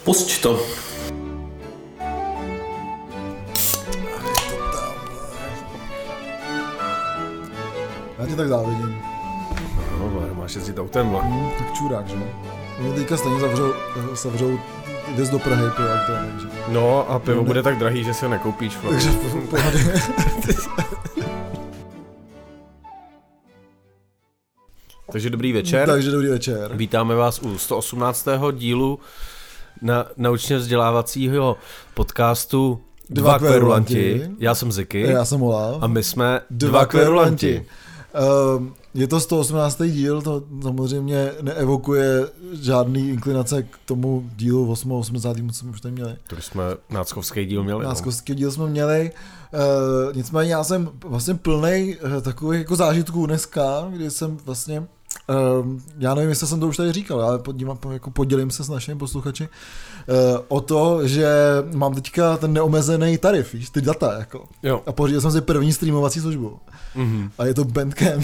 Pusť to. Já tě tak závidím. No, máš jezdit autem, Tak čurák, že? Mě teďka stejně zavřou věc do Prahy pro auto, takže... No a pivo bude tak drahý, že si ho nekoupíš. Takže pohodě. Takže dobrý večer. Takže dobrý večer. Vítáme vás u 118. dílu naučně vzdělávacího podcastu Dva kverulanti. Já jsem Ziky. Já jsem Olav. A my jsme Dva kverulanti. Je to 118. díl, to samozřejmě neevokuje žádný inklinace k tomu dílu 80. co jsme už tady měli. To jsme náckovský díl měli. Náckovský díl jsme měli. Nicméně já jsem vlastně plnej takových jako zážitků dneska, kdy jsem vlastně já nevím, jestli jsem to už tady říkal, ale podělím se s našimi posluchači o to, že mám teďka ten neomezený tarif, víš, ty data, jako. Jo. A pořídil jsem si první streamovací službu. Mm-hmm. A je to Bandcamp.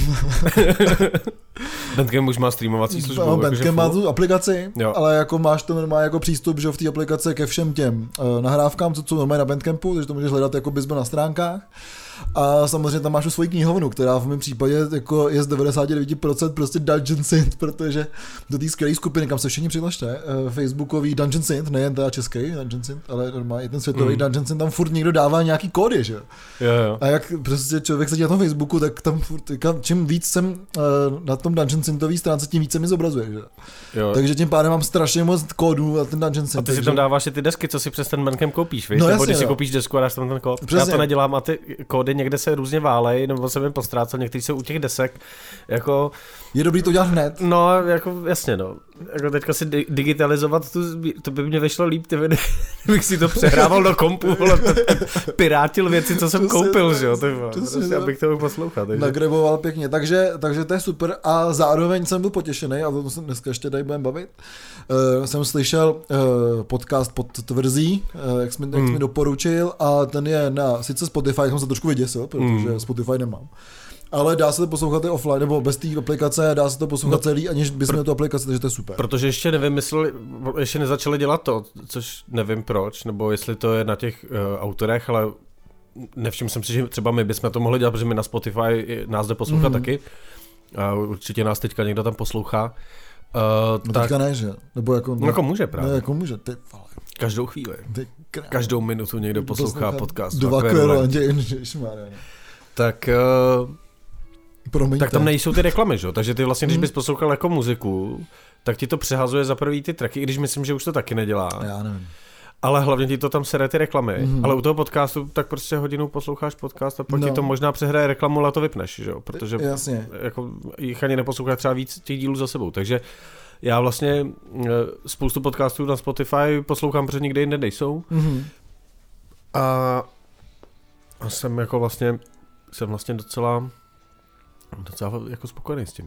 Bandcamp už má streamovací službu. No, Bandcamp má tu aplikaci, jo. Ale jako máš to normálně jako přístup, že v té aplikaci ke všem těm nahrávkám, co jsou normálně na Bandcampu, takže to můžeš hledat jako bys byl na stránkách. A samozřejmě tam máš už svoji knihovnu, která v mém případě jako je z 99% prostě Dungeon Synth, protože do té skvělé skupiny, kam se všichni přihlašte, facebookový Dungeon Synth, nejen teda český Dungeon Synth, ale normálně ten světový Dungeon Synth, tam furt někdo dává nějaký kódy, že jo. A jak prostě člověk sedí na tom Facebooku, tak tam furt, čím víc jsem na tom Dungeon Synthový stránce, tím víc se mi zobrazuje, že jo. Takže tím pádem mám strašně moc kódů na ten Dungeon Synth. A ty si tam dáváš i ty desky, co si přes ten Bandcamp koupíš, víš? No, Nebo když si koupíš desku a dáš tam ten kód. Já to nedělám a ty kódy někde se různě válej, nebo jsem jim postrácel, někteří jsou u těch desek, jako... Je dobrý to dělat hned. No, jako jasně, no. Jako teďka si digitalizovat, to by mě vyšlo líp, kdybych si to přehrával do kompu, ale pirátil věci, co jsem koupil, že jo, prostě, abych to mohl poslouchat. Nagreboval pěkně, takže to je super a zároveň jsem byl potěšený, a to se dneska ještě tady budeme bavit. Jsem slyšel podcast pod Tvrzí, jak jsi mi doporučil, a ten je na, sice Spotify, jsem se trošku vyděsil, protože Spotify nemám. Ale dá se to poslouchat i offline, nebo bez té aplikace, dá se to poslouchat celý, aniž bys měl tu aplikaci, takže to je super. Protože ještě nezačali dělat to, což nevím proč, nebo jestli to je na těch autorech, ale nevšiml jsem si, že třeba my bychom to mohli dělat, protože my na Spotify nás jde poslouchat taky. A určitě nás teďka někdo tam poslouchá. No teďka ne, že? Nebo jako... No jako může právě. Ne, jako může, ty vole. Každou chvíli. Každou minutu někdo poslouchá podcast. Dva kverulanti, ježišmarja. Tak... Promiňte. Tak tam nejsou ty reklamy, že? Takže ty vlastně, když bys poslouchal jako muziku, tak ti to přehazuje za prvý ty tracky, i když myslím, že už to taky nedělá. Já nevím. Ale hlavně ti to tam sere ty reklamy. Ale u toho podcastu tak prostě hodinu posloucháš podcast a pak ti to možná přehraje reklamu, ale to vypneš, že jo? Protože jako jich ani neposloucháš třeba víc těch dílů za sebou. Takže já vlastně spoustu podcastů na Spotify poslouchám, protože nikde jinde nejsou. A jsem jako vlastně docela jako spokojený s tím,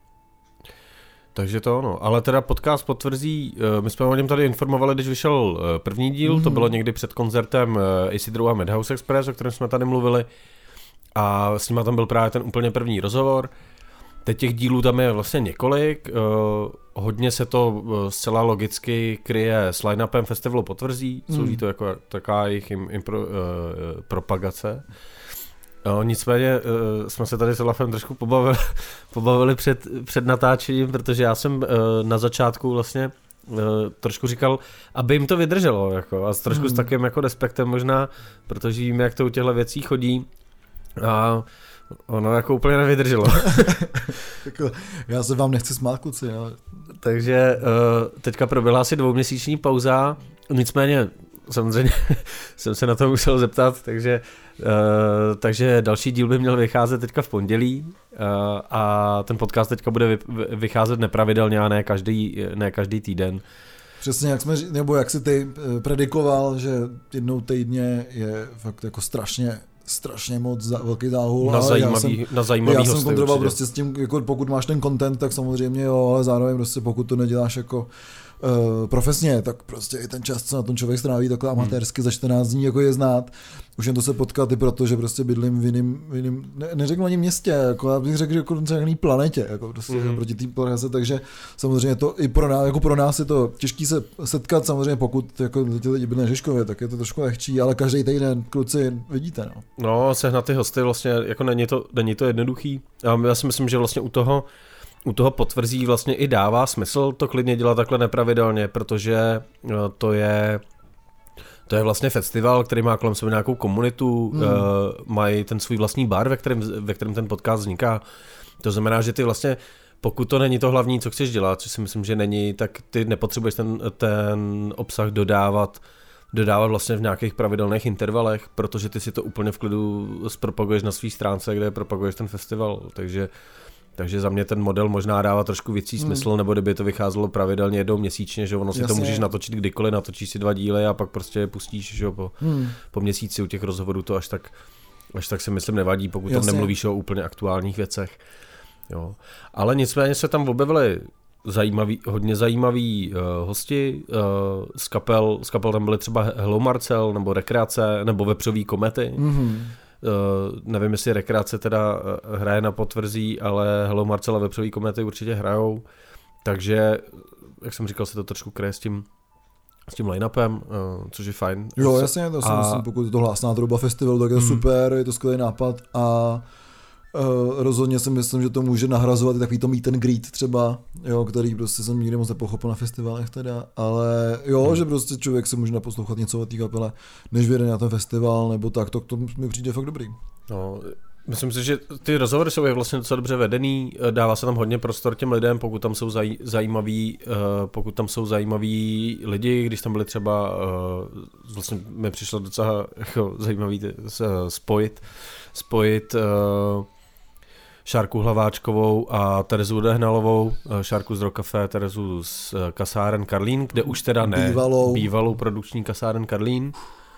takže to ono. Ale teda podcast potvrzí, my jsme o něm tady informovali, když vyšel první díl, to bylo někdy před koncertem AC/Dru a Madhouse Express, o kterém jsme tady mluvili, a s nima tam byl právě ten úplně první rozhovor. Teď těch dílů tam je vlastně několik, hodně se to zcela logicky kryje s line-upem festivalu Potvrzí, slouží to jako taková jejich propagace. Nicméně jsme se tady s Olafem trošku pobavili před natáčením, protože já jsem na začátku vlastně trošku říkal, aby jim to vydrželo, jako, a trošku s takovým jako respektem možná, protože víme, jak to u těchto věcí chodí, a ono jako úplně nevydrželo. Já se vám nechci smát, kluci. No. Takže teďka proběhla asi 2měsíční pauza, nicméně samozřejmě jsem se na to musel zeptat, takže další díl by měl vycházet teďka v pondělí a ten podcast teďka bude vycházet nepravidelně a ne každý týden. Přesně jak jsi ty predikoval, že jednou týdně je fakt jako strašně moc velký záhul. Na zajímavý Já jsem kontroloval prostě s tím, jako pokud máš ten content, tak samozřejmě jo, ale zároveň prostě pokud to neděláš jako profesně, tak prostě i ten čas, co na tom člověk stráví takhle amatérsky za 14 dní, jako je znát. Už jen to se potkat i proto, že prostě bydlím v jiným neřeknu ani městě, jako já bych řekl, že jako na jiný planetě, jako prostě proti té planetě, takže samozřejmě to i pro nás je to těžký se setkat, samozřejmě pokud jako ty lidi bydlí na Žižkově, tak je to trošku lehčí, ale každý týden kluci vidíte, no. No, sehnat ty hosty vlastně, jako není to jednoduchý. Já si myslím, že vlastně u toho potvrzí vlastně i dává smysl to klidně dělat takhle nepravidelně, protože to je vlastně festival, který má kolem sebe nějakou komunitu, mají ten svůj vlastní bar, ve kterém ten podcast vzniká. To znamená, že ty vlastně, pokud to není to hlavní, co chceš dělat, což si myslím, že není, tak ty nepotřebuješ ten obsah dodávat vlastně v nějakých pravidelných intervalech, protože ty si to úplně v klidu zpropaguješ na svý stránce, kde propaguješ ten festival, takže za mě ten model možná dává trošku větší smysl, nebo kdyby to vycházelo pravidelně jednou měsíčně, že ono si to můžeš natočit kdykoliv, natočíš si 2 díly a pak prostě pustíš, že po měsíci u těch rozhovorů to až tak si myslím nevadí, pokud tam nemluvíš o úplně aktuálních věcech. Jo. Ale nicméně se tam objevili hodně zajímaví hosti, z kapel tam byly třeba Hello Marcel, nebo Rekreace, nebo Vepřový komety. Nevím, jestli Rekreace teda hraje na potvrzí, ale Hello Marcel a Vepřový komety určitě hrajou, takže, jak jsem říkal, se to trošku kryje s tím line-upem, což je fajn. Jo, jasně, to si myslím, pokud je to Hlásná trouba festival, tak je to super, je to skvělý nápad a rozhodně si myslím, že to může nahrazovat i takový to meet and greet třeba, jo, který prostě jsem nikdy moc nepochopil na festivalech teda, ale jo, že prostě člověk se může naposlouchat něco o té kapele, než vyjde na ten festival, nebo tak, to mi přijde fakt dobrý. No, myslím si, že ty rozhovory jsou vlastně docela dobře vedený, dává se tam hodně prostor těm lidem, pokud tam jsou zajímaví lidi, když tam byli třeba, vlastně mi přišlo docela jako zajímavý spojit Šárku Hlaváčkovou a Terezu Odehnalovou, Šárku z Rock Café, Terezu z kasáren Karlín, kde už teda ne, bývalou produkční kasáren Karlín.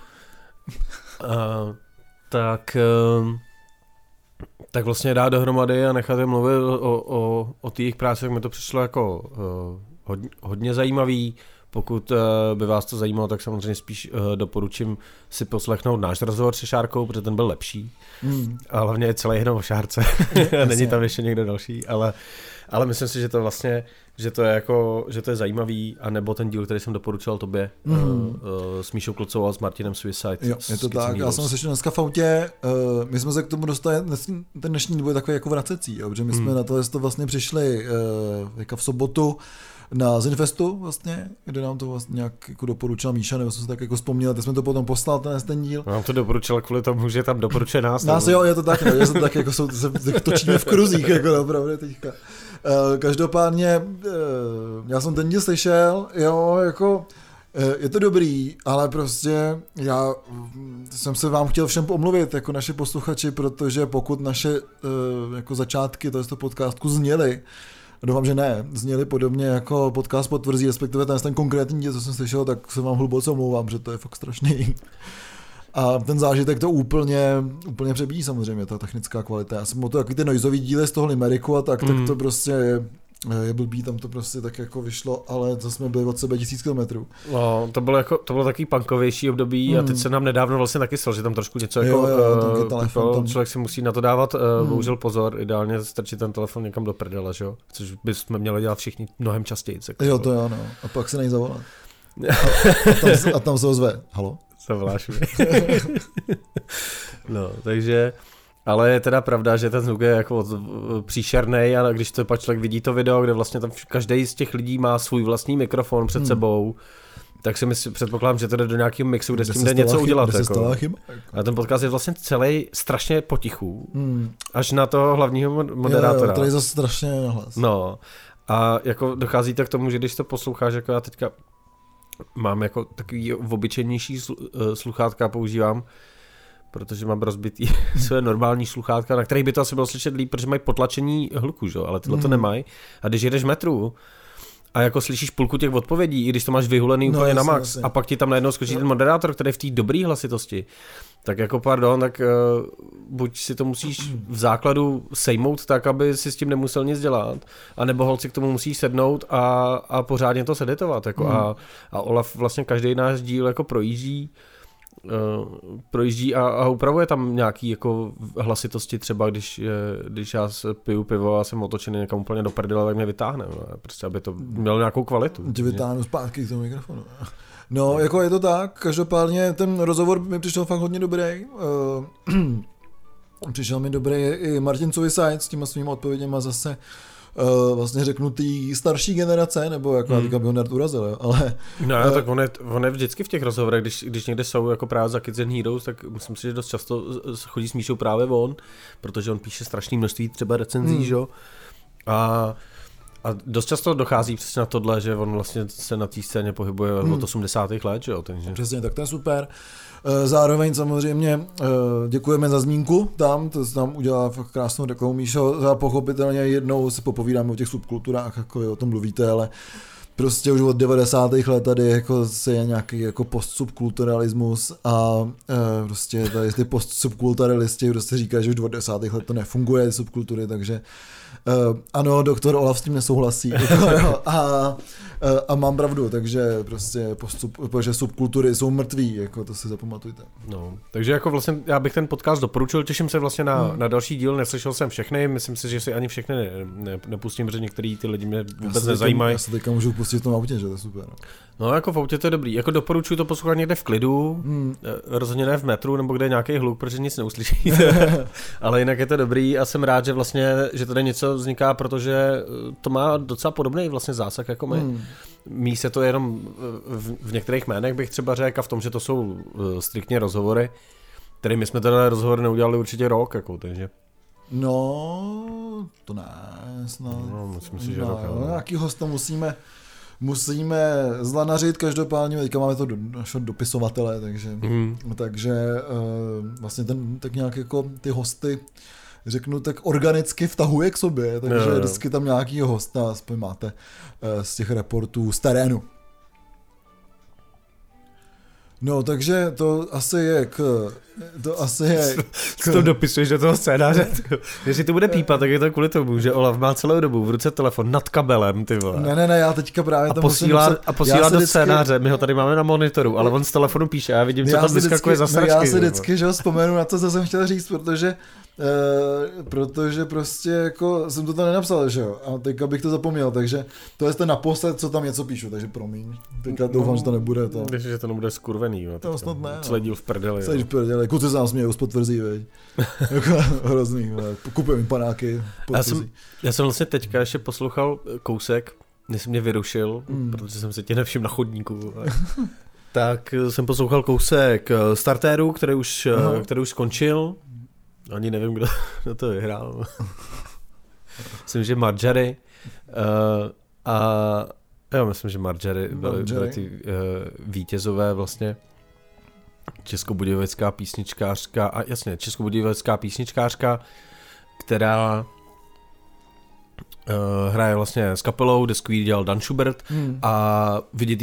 Tak vlastně dát dohromady a nechat je mluvit o té jejich práci, tak mi to přišlo jako hodně zajímavý. Pokud by vás to zajímalo, tak samozřejmě spíš doporučím si poslechnout náš rozhovor se Šárkou, protože ten byl lepší. A hlavně je celý jenom o Šárce. Není tam ještě někdo další, ale myslím si, že to vlastně, že to je zajímavý, anebo ten díl, který jsem doporučoval tobě s Míšou Klocovou a s Martinem Suicide. Jo, je to tak, já jsem sešel dneska v autě, my jsme se k tomu dostali, ten dnešní díl je takový jako vracecí, jo, protože my jsme na to vlastně přišli v sobotu, na Zinfestu vlastně, kde nám to vlastně nějak jako doporučila Míša, nebo jsem se tak jako vzpomněl, teď jsme to potom poslal, ten díl. Nám to doporučila kvůli tomu, že tam doporučuje nás. Nás jo, je to tak, že se tak jako točíme v kruzích, jako opravdu teďka. Každopádně, já jsem ten díl slyšel, jo, jako je to dobrý, ale prostě já jsem se vám chtěl všem omluvit, jako naši posluchači, protože pokud naše jako začátky tohoto podcastu zněly, doufám, že ne, zněli podobně jako podcast potvrzí, respektive ten konkrétní díl, co jsem slyšel, tak se vám hluboce omlouvám, že to je fakt strašný. A ten zážitek to úplně přebíjí samozřejmě, ta technická kvalita. Já jsem o to takový ty noizový díly z toho Limeriku a tak to prostě je blbý, tam to prostě tak jako vyšlo, ale to jsme byli od sebe 1000 kilometrů. No, to bylo takový punkovější období a teď se nám nedávno vlastně taky stalo, že tam trošku něco jako telefon, člověk si musí na to dávat bohužel pozor, ideálně strčit ten telefon někam do prdele, že jo? Což bychom měli dělat všichni mnohem častěji. Jo, to jo, no. A pak se nejzavolat. A tam se ozve. Halo? Zavoláš mi. No, takže... Ale je teda pravda, že ten zvuk je jako příšernej, a když to pak člověk vidí to video, kde vlastně tam každý z těch lidí má svůj vlastní mikrofon před sebou, tak si předpokládám, že to jde do nějakého mixu, kde s tím jde něco udělat. Jako. A ten podcast je vlastně celý strašně potichu, až na toho hlavního moderátora. To je zase strašně nahlas. No a jako dochází to k tomu, že když to posloucháš, jako já teďka mám jako takový obyčejnější sluchátka používám, protože mám rozbitý své normální sluchátka, na kterých by to asi bylo slyšet líp, protože mají potlačení hluku, že? Ale tyhle to nemají. A když jedeš v metru a jako slyšíš půlku těch odpovědí, i když to máš vyhulený úplně na max, a pak ti tam najednou skočí ten moderátor, který je v té dobré hlasitosti, tak jako pardon, tak buď si to musíš v základu sejmout tak, aby si s tím nemusel nic dělat, anebo holt si k tomu musíš sednout a pořádně to sedetovat. Jako a Olaf vlastně každý náš díl jako projíždí a upravuje tam nějaký jako hlasitosti, třeba když já piju pivo a jsem otočený někam úplně do prdele, tak mě vytáhne, prostě aby to mělo nějakou kvalitu. Tě vytáhnu zpátky k tomu mikrofonu. No, jako je to tak, každopádně ten rozhovor mi přišel fakt hodně dobrý. Přišel mi dobrý i Martin Suicide s těma svýma odpověděma zase vlastně řeknu tý starší generace, nebo jako já teďka bych ho nerad urazil, jo, ale... No, tak on je vždycky v těch rozhovorech, když někde jsou jako právě za Kids and Heroes, tak myslím si, že dost často chodí s Míšou právě on, protože on píše strašný množství třeba recenzí, že? A dost často dochází přesně na tohle, že on vlastně se na té scéně pohybuje od 80. let, že jo, takže... Přesně, tak to je super. Zároveň samozřejmě děkujeme za zmínku tam, to se tam udělá fakt krásnou reklamu, Míšo, za pochopitelně jednou se popovídáme o těch subkulturách, jako o tom mluvíte, ale prostě už od 90. let tady jako se je nějaký jako postsubkulturalismus a prostě tady ty postsubkulturalisti prostě říkají, že už od 90. let to nefunguje, subkultury, takže ano, doktor Olaf s tím nesouhlasí a mám pravdu, takže prostě protože subkultury jsou mrtví, jako to si zapamatujte. No, takže jako vlastně já bych ten podcast doporučil, těším se vlastně na další díl, neslyšel jsem všechny, myslím si, že si ani všechny nepustím, protože některý ty lidi mě vůbec nezajímají. Já se teďka můžu pustit v tom autě, že to je super. No jako v autě to je dobrý, jako doporučuji to poslouchat někde v klidu, rozhodně ne v metru nebo kde je nějaký hluk, protože nic neuslyšíte, ale jinak je to dobrý a jsem rád, že vlastně, že tady něco vzniká, protože to má docela podobný vlastně zásah jako my. Mí se to jenom v některých jménech bych třeba řekl a v tom, že to jsou striktně rozhovory, které my jsme teda rozhovory neudělali určitě rok, jako, takže... No, to ne, snad. No, myslím si, že rok. Nějaký hosta musíme zlanařit, každopádně, teďka máme to našeho dopisovatele, takže vlastně tak nějak jako ty hosty, řeknu, tak organicky vtahuje k sobě, takže vždycky tam nějaký hosta, aspoň máte z těch reportů z terénu. No, takže to asi je to dopisuješ do toho scénáře. Jestli to bude pípat, tak je to kvůli tomu, že Olaf má celou dobu v ruce telefon nad kabelem, ty vole. Ne, já teďka právě tam posílá do scénáře, my ho tady máme na monitoru, ale on z telefonu píše, já vidím, co tam vyskakuje za sračky. Já si vždycky, že ho vzpomenu na to, co jsem chtěl říct, protože prostě jako jsem to tam nenapsal, že jo, a teďka bych to zapomněl, takže to je ten naposled, co tam něco píšu, takže promiň, teďka doufám, že to nebude to. Že to nebude skurvený, jo. To snad ne. Celý díl v prdeli. Celý v prdeli, kluci se nám smějí, uspotvrzí, veď. Jako hrozný, kupujeme jim panáky, já jsem vlastně teďka ještě poslouchal kousek, než mě vyrušil, protože jsem se tě nevšiml na chodníku. Tak jsem poslouchal kousek Startéru, který už skončil. Ani nevím, kdo to vyhrál. Myslím, že Marjorie. Myslím, že Marjorie byly ty vítězové vlastně. Českobudějovická písničkářka, která hraje vlastně s kapelou, desku jí dělal Dan Schubert a vidět jí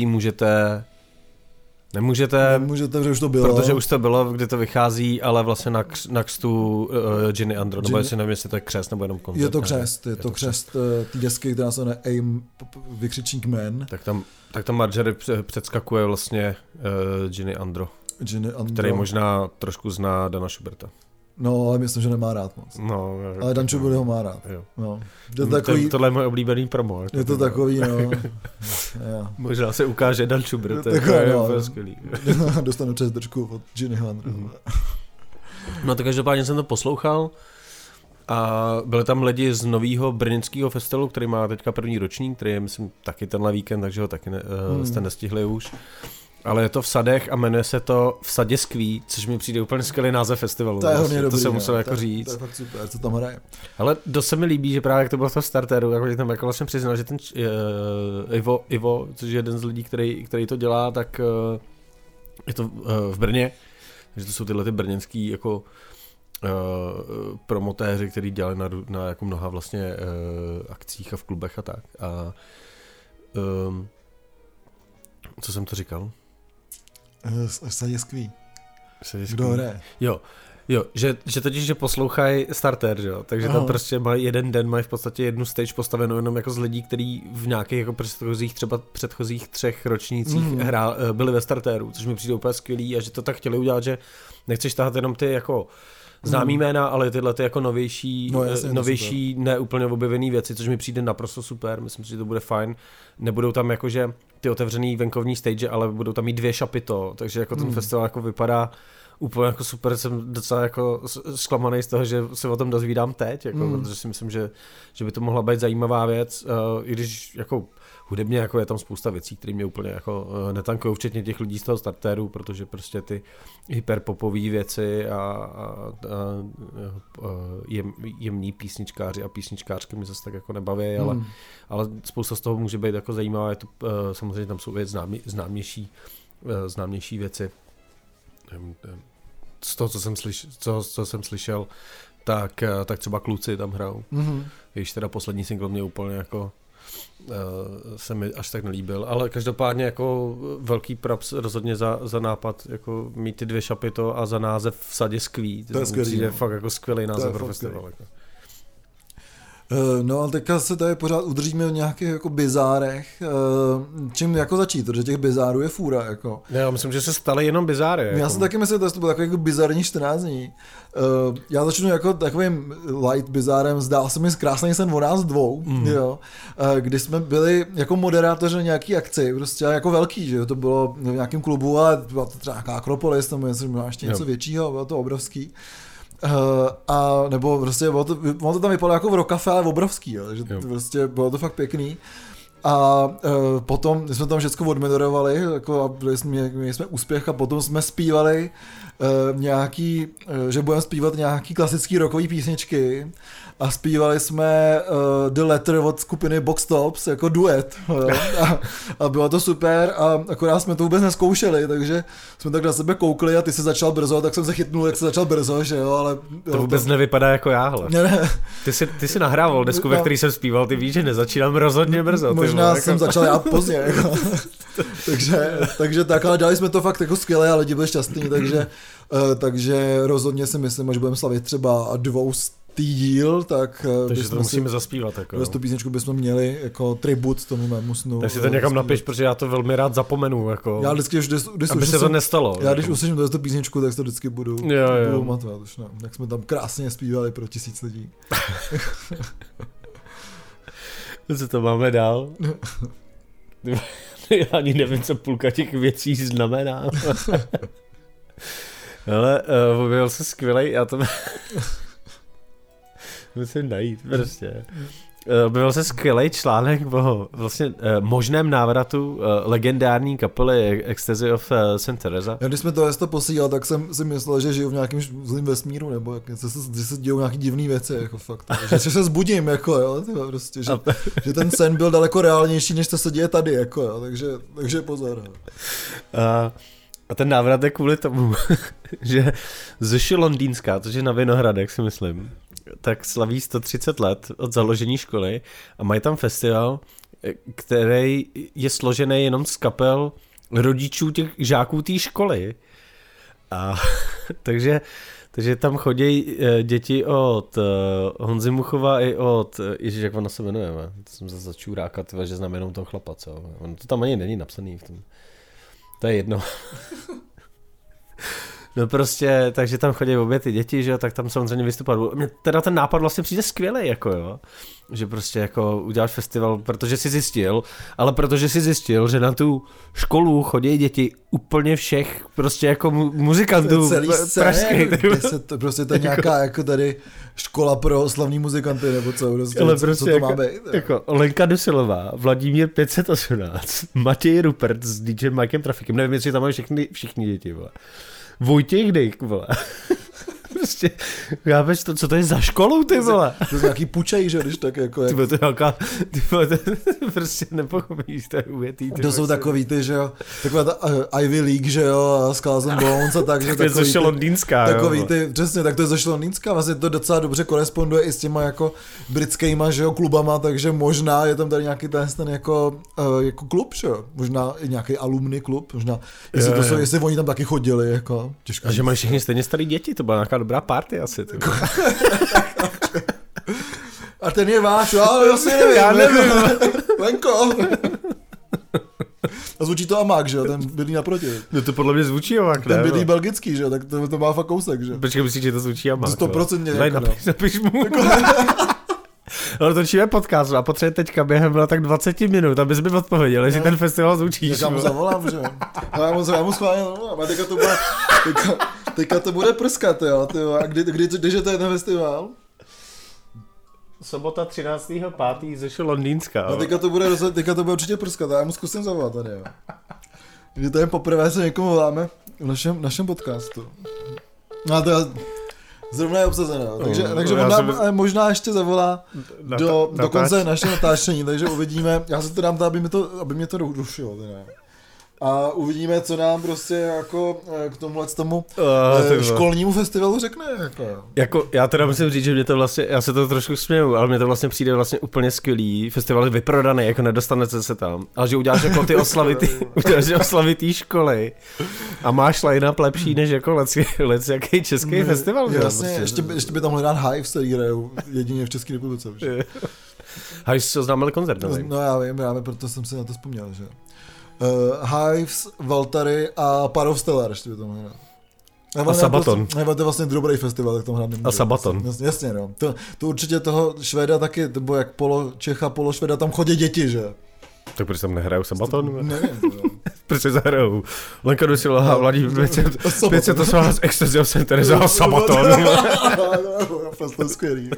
Nemůžete, protože už to bylo. Protože už to bylo, kdy to vychází, ale vlastně na křtu Ginny Andro, nebo jestli nevím, jestli to je křest, nebo jenom koncert. Je to křest té desky, která se jmenuje Aim, vykřičník Man. Tak tam Marjorie předskakuje vlastně Ginny Andro, který možná trošku zná Dana Schuberta. No, ale myslím, že nemá rád moc. No, ale Dan Schubert ho má rád. No. Tohle je můj oblíbený promo. Je to takový, no. Možná se ukáže Dan Schubert, to je skvělý. Dostanu přes držku od Ginnyho Andra. No tak každopádně jsem to poslouchal a byli tam lidi z nového brněnského festivalu, který má teďka první ročník, který je, myslím, taky tenhle víkend, takže ho taky jste nestihli už. Ale je to v Sadech a jmenuje se to V Sadě skví, což mi přijde úplně skvělý název festivalu. To je hodně dobrý, to jsem musel jako říct. To je fakt super, co tam hraje. Ale dost se mi líbí, že právě jak to bylo v tom Starteru, jako tam jako vlastně přiznal, že ten Ivo, což je jeden z lidí, který to dělá, tak je to v Brně, takže to jsou tyhle ty brněnský jako promotéři, kteří dělali na jako mnoha vlastně akcích a v klubech a tak. A co jsem to říkal? Sadě skví. Kdo hraje? Jo, že totiž, že poslouchají starter, že jo, takže tam prostě mají jeden den, mají v podstatě jednu stage postavenou jenom jako z lidí, kteří v nějakých jako předchozích 3 ročnících byli ve starteru, což mi přijde úplně skvělý a že to tak chtěli udělat, že nechceš tahat jenom ty jako známý jména, ale tyhle ty jako novější neúplně objevený věci, což mi přijde naprosto super, myslím si, že to bude fajn. Nebudou tam jakože ty otevřený venkovní stage, ale budou tam mít 2 šapito, takže jako ten festival jako vypadá úplně jako super, jsem docela jako zklamaný z toho, že se o tom dozvídám teď, jako, protože si myslím, že by to mohla být zajímavá věc, i když jako hudebně jako je tam spousta věcí, které mě úplně jako netankují, včetně těch lidí z toho startéru, protože prostě ty hyperpopové věci a jemní písničkáři a písničkářky mi zase tak jako nebaví, ale spousta z toho může být jako zajímavá, je to, samozřejmě tam jsou věc známější věci. Z toho, co jsem slyšel, tak třeba Kluci tam hrajou. Jež teda poslední single mě úplně jako se mi až tak nelíbil, ale každopádně jako velký props rozhodně za nápad jako mít ty 2 šapito a za název v sadě skví. To je skvělý. Je fakt jako skvělý název pro festival. Jako. No a teďka se tady pořád udržíme v nějakých jako bizárech. Čím jako začít, protože těch bizárů je fůra. Jako. Já myslím, že se staly jenom bizáry. Já jako. si taky myslím, že to bylo jako bizarní 14 dní. Já začnu jako takovým light bizárem, zdál se mi krásný sen o nás dvou, jo, kdy jsme byli jako moderátoři na nějaký akci, prostě jako velký, že jo, to bylo v nějakém klubu, ale byla to třeba nějaká Akropolis, tam možná ještě něco většího, bylo to obrovský. A nebo prostě ono to tam vypadalo jako v Rockcafe, ale obrovský, jo, že prostě bylo to fakt pěkný. A potom jsme tam všechno odmoderovali, jako a měli jsme úspěch a potom jsme zpívali že budeme zpívat nějaký klasický rockový písničky a zpívali jsme The Letter od skupiny Box Tops jako duet. A bylo to super a akorát jsme to vůbec neskoušeli, takže jsme tak na sebe koukli a ty se začal brzo, tak jsem se chytnul, jak se začal brzo, že jo, ale... To vůbec nevypadá jako jáhle. Ne. Ty jsi nahrával desku, ve který jsem zpíval, ty víš, že nezačínám rozhodně brzo. Možná jsem začal já pozdě, jako. takže tak, ale dali jsme to fakt jako skvěle a lidi byli šťastní, takže rozhodně si myslím, že budeme slavit třeba 200. díl, takže to musíme zaspívat. Jako. Tu písničku bychom měli jako tribut tomu mému snu. Tak si to někam napiš, protože já to velmi rád zapomenu. Jako, já vždycky, aby se to nestalo. Já když uslyším tu písničku, tak to vždycky budu matovat. Tak jsme tam krásně zpívali pro 1000 lidí. Co to máme dál? Já ani nevím, co půlka těch věcí znamená. Ale byl se skvělej, já to... musím najít prostě. Byl se skvělej článek o vlastně možném návratu legendární kapely Ecstasy of St. Teresa. Já když jsme to posílal, tak jsem si myslel, že žiju v nějakém zlým vesmíru, nebo že se dějou nějaký divný věci, jako fakt. Že se zbudím, jako jo, prostě, že ten sen byl daleko reálnější, než to se děje tady, jako jo, takže pozor. A ten návrat je kvůli tomu, že Zuši Londýnská, což je na Vinohradech, si myslím, tak slaví 130 let od založení školy a mají tam festival, který je složený jenom z kapel rodičů těch žáků té školy. A takže tam chodí děti od Honzy Muchova i od, ježiš, jak ona se jmenuje, to jsem zase začůrákat, že znám jenom toho chlapa, co? On to tam ani není napsaný v tom. To je jedno. No prostě, takže tam chodí obě ty děti, že jo, tak tam samozřejmě vystupovat. Mně teda ten nápad vlastně přijde skvělej, jako jo. Že prostě jako uděláš festival, protože si zjistil, že na tu školu chodí děti úplně všech prostě jako muzikantů pražských. Prostě to je nějaká jako tady škola pro slavní muzikanty, nebo co, prostě, co to jako, má být. Jako Lenka Dusilová, Vladimír 518, Matěj Rupert s DJ Mikem Trafikem, nevím, jestli tam mají všichni děti, vole. Vojtěch Dyk, vole. prostě, chápeš to, co to je za školou, ty vole? To je nějaký pučej, že když tak jako... Ty vole, to je nějaká, ty vole, to prostě nepochopíš, to je uvětý. To jsou takový ty, že jo, taková ta Ivy League, že jo, Skulls and Bones a tak, že takový ty... To je londýnská, takový ty, přesně, tak to je zašlo londýnská, vlastně to docela dobře koresponduje i s těma jako britskýma, že jo, klubama, takže možná je tam tady nějaký ten jako klub, že jo, možná i nějaký alumni klub, možná, jestli oni tam taky chodili, jako, těžko. A že mají všichni stejně starý děti, to byla nějaká dobrá party asi. A ten je váš, ale já nevím. Lenko. A zvučí to Amák, že jo, ten bydlí naproti. No to podle mě zvučí Amák, ne? Ten bydlí belgický, že jo, tak to má fakt kousek, že jo. Počkej, myslíš, že to zvučí Amák? 100% napiš mu. No točíme podcast a potřebuje teďka během byla tak 20 minut, abys mi odpověděl, jestli ten festival zvučíš. Já mu zavolám, že jo. Já mu schválně zavolám. A teďka to bude prskat, jo. A když je to ten festival? Sobota 13.5. zešel londýnská. A teďka to bude určitě prskat, já mu zkusím zavolat tady, jo. Když to je poprvé, se někomu voláme v našem podcastu. No a to zrovna je obsazené, takže možná ještě zavolá do konce našeho natáčení, takže uvidíme, já se to dám, aby mě to rušilo, teda. A uvidíme, co nám prostě jako k tomu školnímu festivalu řekne. Jako, já teda musím říct, že mě to vlastně, já se to trošku směju, ale mě to vlastně přijde vlastně úplně skvělý. Festival je vyprodaný, jako nedostanete se tam. Ale že uděláš jako ty oslavy té školy a máš line-up lepší než jako jaký český festival. Jasně, prostě. ještě by tam hledán Hives, který hrajou jedině v České republice. Hives se oznámili koncert, nevím. No já vím, proto jsem si na to vzpomněl, že Hives, Valtary a Part of Stellar ještě by to hledal. A Sabaton. To je vlastně dobrý festival, tak tomu hrát nemůžu. A Sabaton. Jasně, no. To určitě toho Švéda taky, nebo jak Čecha, Švéda, tam chodí děti, že? Tak proč tam nehrajou Sabaton? Nevím. Proč se zahrajou? Lenka Dusilová, mladí 518 Excelsior Center za Sabaton. To skvělý.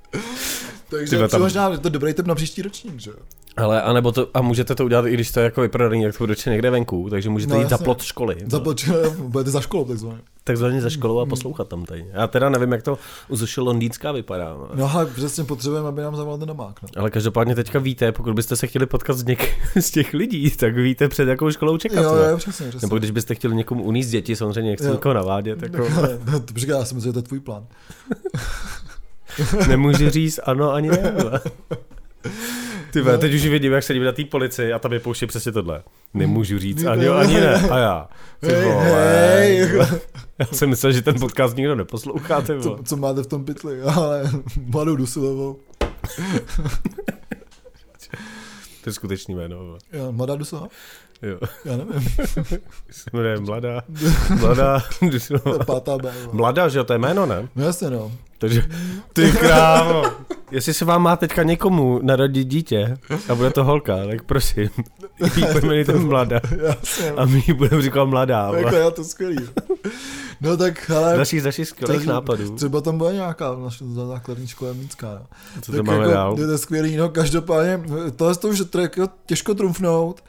Takže možná je to dobrý tip na příští ročník, že? Ale a můžete to udělat, i když to je jako vyprodaný, jak to bude někde venku, takže můžete jít za plot školy. Budete za školou, takzvaně. Takzvaně za školou a poslouchat tam tady. Já teda nevím, jak to uzošil londýnská vypadá. No ale přesně potřebujeme, aby nám zavolal ten Amák. No. Ale každopádně teďka víte, pokud byste se chtěli potkat z těch lidí, tak víte, před jakou školou čekat. Jo, přesně. Nebo když byste chtěli někomu uníst děti, samozřejmě nechci nikoho navádět. Jako... Počkej, já si myslím, že to je tvůj plán. Nemůžu říct ano ani ne. Ty vole, teď už vidím, jak sedím na té policii a tam je pouště přesně tohle. Nemůžu říct ani ne. A já. Ty vole. Já jsem myslel, že ten podcast nikdo neposlouchá. Ty vole. Co máte v tom pytli? Ale Mladou Dusilovou. To je skutečný jméno. Jo, Mladá Dusilová? Jo. Já nevím. Se jmenuje Mladá Dusilová. Pátá B. Mladá, že jo, to je jméno, ne? No jasně, no. Takže, ty krávo, jestli se vám má teďka někomu narodit dítě a bude to holka, tak prosím, jí pojmenujte Mladá. A my jí budeme říkat Mladá. Jako já to skvělý. No tak, ale... Dalších skvělých nápadů. Třeba tam bude nějaká naše základní škola Mínská. Co to máme dál? To je skvělý, no každopádně, tohle to už je těžko trumfnout.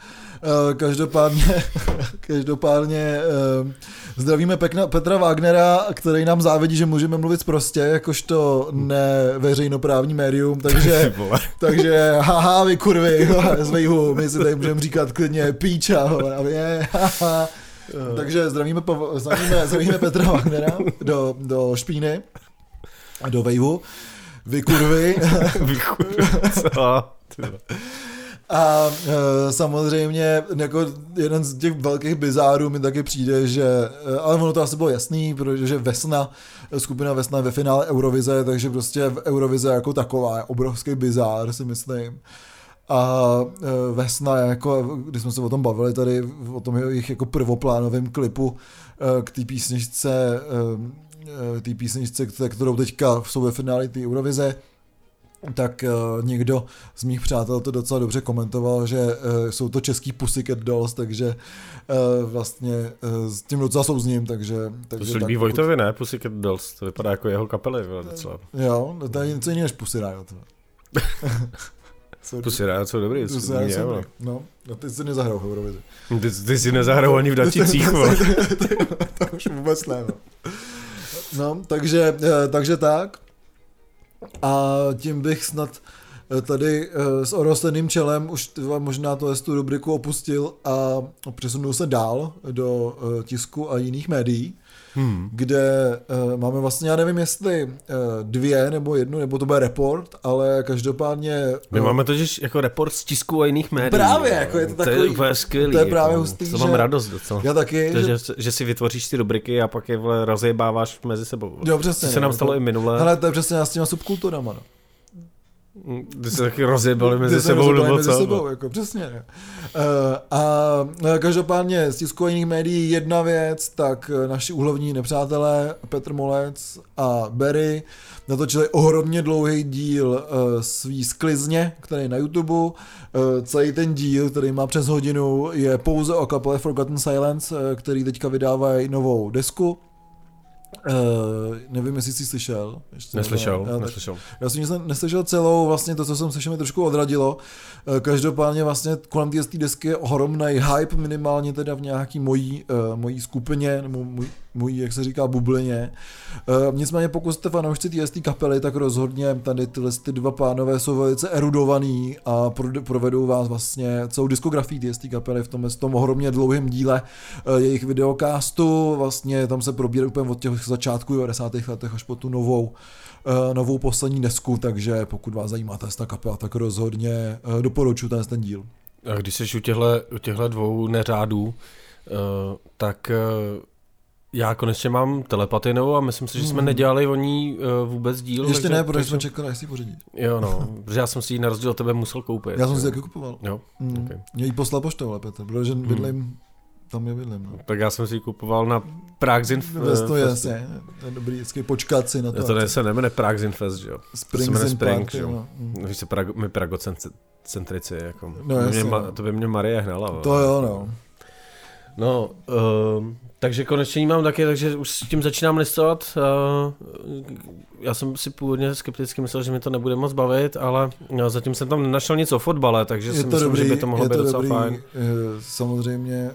Každopádně zdravíme Petra Wagnera, který nám závidí, že můžeme mluvit prostě, jakožto neveřejnoprávní médium, takže haha, vy kurvy, z Vejhu, my si tady můžeme říkat klidně píča, takže zdravíme Petra Wagnera do Špíny, do Vejhu, vy kurvy. Co? A samozřejmě jako jeden z těch velkých bizárů mi taky přijde, že, ale ono to asi bylo jasný, protože skupina Vesna je ve finále Eurovize, takže prostě v Eurovize jako taková je obrovský bizár, si myslím. A Vesna je jako, když jsme se o tom bavili tady, o tom jejich jako prvoplánovém klipu k té písničce, kterou teďka jsou ve finále té Eurovize, tak někdo z mých přátel to docela dobře komentoval, že jsou to český Pussycat Dolls, takže vlastně s tím docela souzním, takže to se líbí Vojtovi, ne? Pussycat Dolls, to vypadá jako jeho kapely docela. Jo, to je něco jiného než Pussy Riot. Pussy Riot jsou dobrý. No, ty si nezahrajou v Eurovizi. Ty si nezahrajou ani v Dačicích. To už vůbec ne, no. No, takže tak. A tím bych snad tady s orosleným čelem už možná tu rubriku opustil a přesunul se dál do tisku a jiných médií, kde máme vlastně, já nevím jestli 2 nebo 1, nebo to bude report, ale každopádně... My máme totiž jako report z tisku a jiných médií. Právě, jako je to takový... To je úplně skvělý. To je právě hustý, to mám radost docela. Já taky. Že si vytvoříš ty rubriky a pak je rozjebáváš mezi sebou. Jo, přesně. To se nám stalo i minule. Ale to je přesně s těma subkulturama, no. Ty se taky rozjebali mezi sebou, nebo mezi sebou, jako přesně. A každopádně z tisku jiných médií jedna věc, tak naši úhlavní nepřátelé Petr Molec a Barry natočili ohromně dlouhý díl svý sklizně, který je na YouTube. Celý ten díl, který má přes hodinu, je pouze o kapele Forgotten Silence, který teďka vydávají novou desku. Nevím, jestli jsi slyšel. Neslyšel. Já jsem neslyšel celou, vlastně to, co jsem slyšel, mi trošku odradilo. Každopádně vlastně kolem té desky je ohromnej hype, minimálně teda v nějaký mojí skupině, nebo mojí, jak se říká, bublině. Nicméně pokud jste fanoušci té kapely, tak rozhodně tady ty dva pánové jsou velice erudovaný a provedou vás vlastně celou diskografii té kapely v tom ohromně dlouhém díle jejich videocastu. Vlastně tam se probírají úplně od těch začátku 90. letech až po tu novou poslední desku, takže pokud vás zajímá ta kapela, tak rozhodně doporučuji ten díl. A když jsi u těchto 2 neřádů, tak já konečně mám telepatii novou a myslím si, že jsme nedělali o ní vůbec díl. Ještě ne, protože jsme čekali, až si pořídit. Jo, no, protože já jsem si ji na rozdíl od tebe musel koupit. Já jsem si taky kupoval. Jo, okay. Mě ji poslal poštou, ale Petr, protože bydlím. Tam je bydlím. No. Tak já jsem si ji kupoval na Prague Zin Fest. To je jasně, to je dobrý, vždycky počkat si na to. To se nejmenuje Prague Zin Fest, že jo? Spring Zin Park, jo? Víš se, my pragocentrici, jako. No, to by mě Marie hnala. To jo, no. No, takže konečně mám taky, takže už s tím začínám listovat. Já jsem si původně skepticky myslel, že mi to nebude moc bavit, ale zatím jsem tam nenašel nic o fotbale, takže si myslím, že by to mohlo být docela fajn. Samozřejmě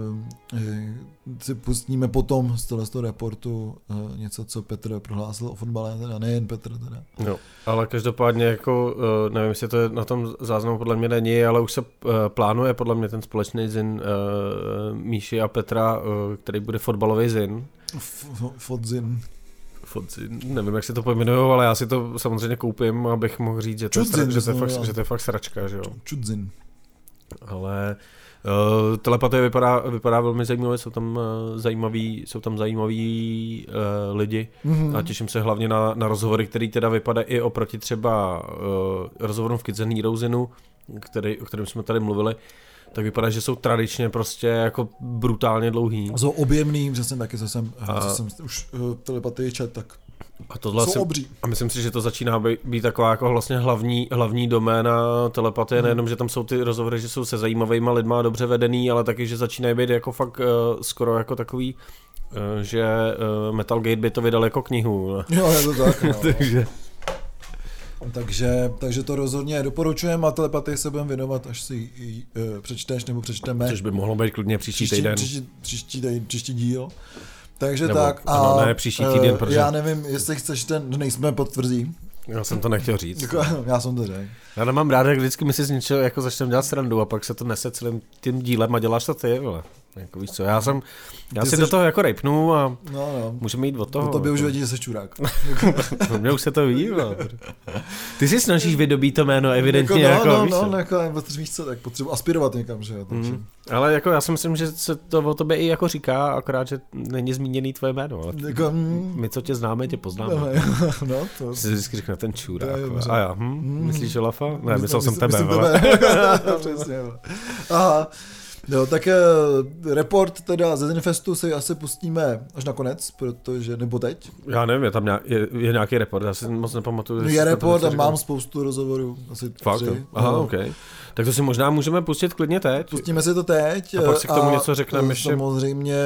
si pustíme potom z tohoto reportu něco, co Petr prohlásil o fotbale, teda nejen Petr teda. No, ale každopádně jako, nevím, jestli to je na tom záznamu, podle mě není, ale už se plánuje podle mě ten společný zin Míši a Petra, který bude fotbalový zin. Fotzin. Nevím, jak se to pojmenujou, ale já si to samozřejmě koupím, abych mohl říct, že to je fakt sračka, že jo. Čudzin. Ale telepatie vypadá velmi zajímavě, jsou tam zajímaví lidi a těším se hlavně na rozhovory, který teda vypadají i oproti třeba rozhovorům v Kids and Heroesinu, o kterém jsme tady mluvili, tak vypadá, že jsou tradičně prostě jako brutálně dlouhý. Jsou objemný, přesně taky, co jsem už telepatii čet, tak a tohle jsou obří. A myslím si, že to začíná být taková jako vlastně hlavní doména telepatie, nejenom, že tam jsou ty rozhovory, že jsou se zajímavýma lidma dobře vedený, ale taky, že začínají být jako fakt skoro jako takový, že Metal Gate by to vydal jako knihu. Jo, je to tak. No. Takže to rozhodně doporučujeme a telepatii se budeme věnovat, až si ji přečteš nebo přečteme. Což by mohlo být klidně příští týden. Příští díl. Takže nebo, tak. Ano, ne příští týden, protože... Já nevím, jestli chceš nejsme potvrzí. Já jsem to nechtěl říct. Já jsem to řekl. Já nemám rád, jak vždycky my si z něčeho jako začneme dělat srandu a pak se to nese celým tím dílem a děláš to ty, vole. Jako víš co, já si do toho jako rejpnu a můžeme jít od toho. No to by už vědí, že jsi čurák. Mně už se to ví, Ty si snažíš vydobít to jméno, evidentně. Víš co, tak potřebuji aspirovat někam, že jo. Ale jako já si myslím, že se to o tobě i jako říká, akorát, že není zmíněný tvoje jméno. Ale my, co tě známe, tě poznáme. To si vždycky řekne ten čurák. A já, myslíš Olafa? Ne, myslel jsem tebe. Přesně. Aha. Jo, tak report teda ze Zinfestu si asi pustíme až nakonec, protože, nebo teď. Já nevím, je tam je nějaký report, já si moc nepamatuju. Je report a mám spoustu rozhovorů, asi 3. Aha, ok. Tak to si možná můžeme pustit klidně teď. Pustíme si to teď. A pak si k tomu něco řekneme ještě. Samozřejmě,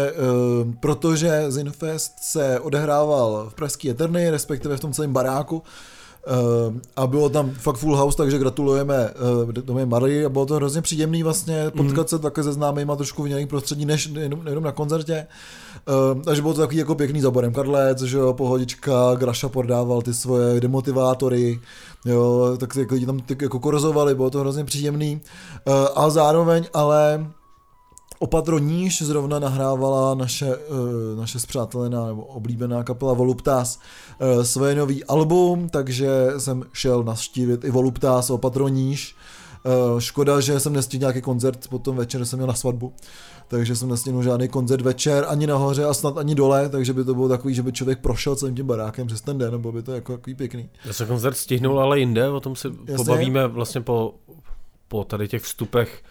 protože Zinfest se odehrával v pražský Eterny, respektive v tom celém baráku, A bylo tam fakt full house, takže gratulujeme Tomě Marii a bylo to hrozně příjemný vlastně potkat se také se známýma trošku v jiných prostředí, než jenom na koncertě. Takže bylo to takový jako pěkný zaborem Karlec, že jo, pohodička, Graša prodával ty svoje demotivátory, jo, tak jako lidi tam jako korzovali, bylo to hrozně příjemný. A zároveň ale Opatro Níž zrovna nahrávala naše spřátelená nebo oblíbená kapela Voluptas svoje nový album, takže jsem šel navštívit i Voluptas a Opatro Níž. Škoda, že jsem nestihl nějaký koncert, potom večer jsem měl na svatbu, takže jsem nestihnul žádný koncert večer, ani nahoře a snad ani dole, takže by to bylo takový, že by člověk prošel celým tím barákem přes ten den, bylo by to jako takový pěkný. Já jsem koncert stihnul, ale jinde, o tom se pobavíme vlastně po tady těch vstupech,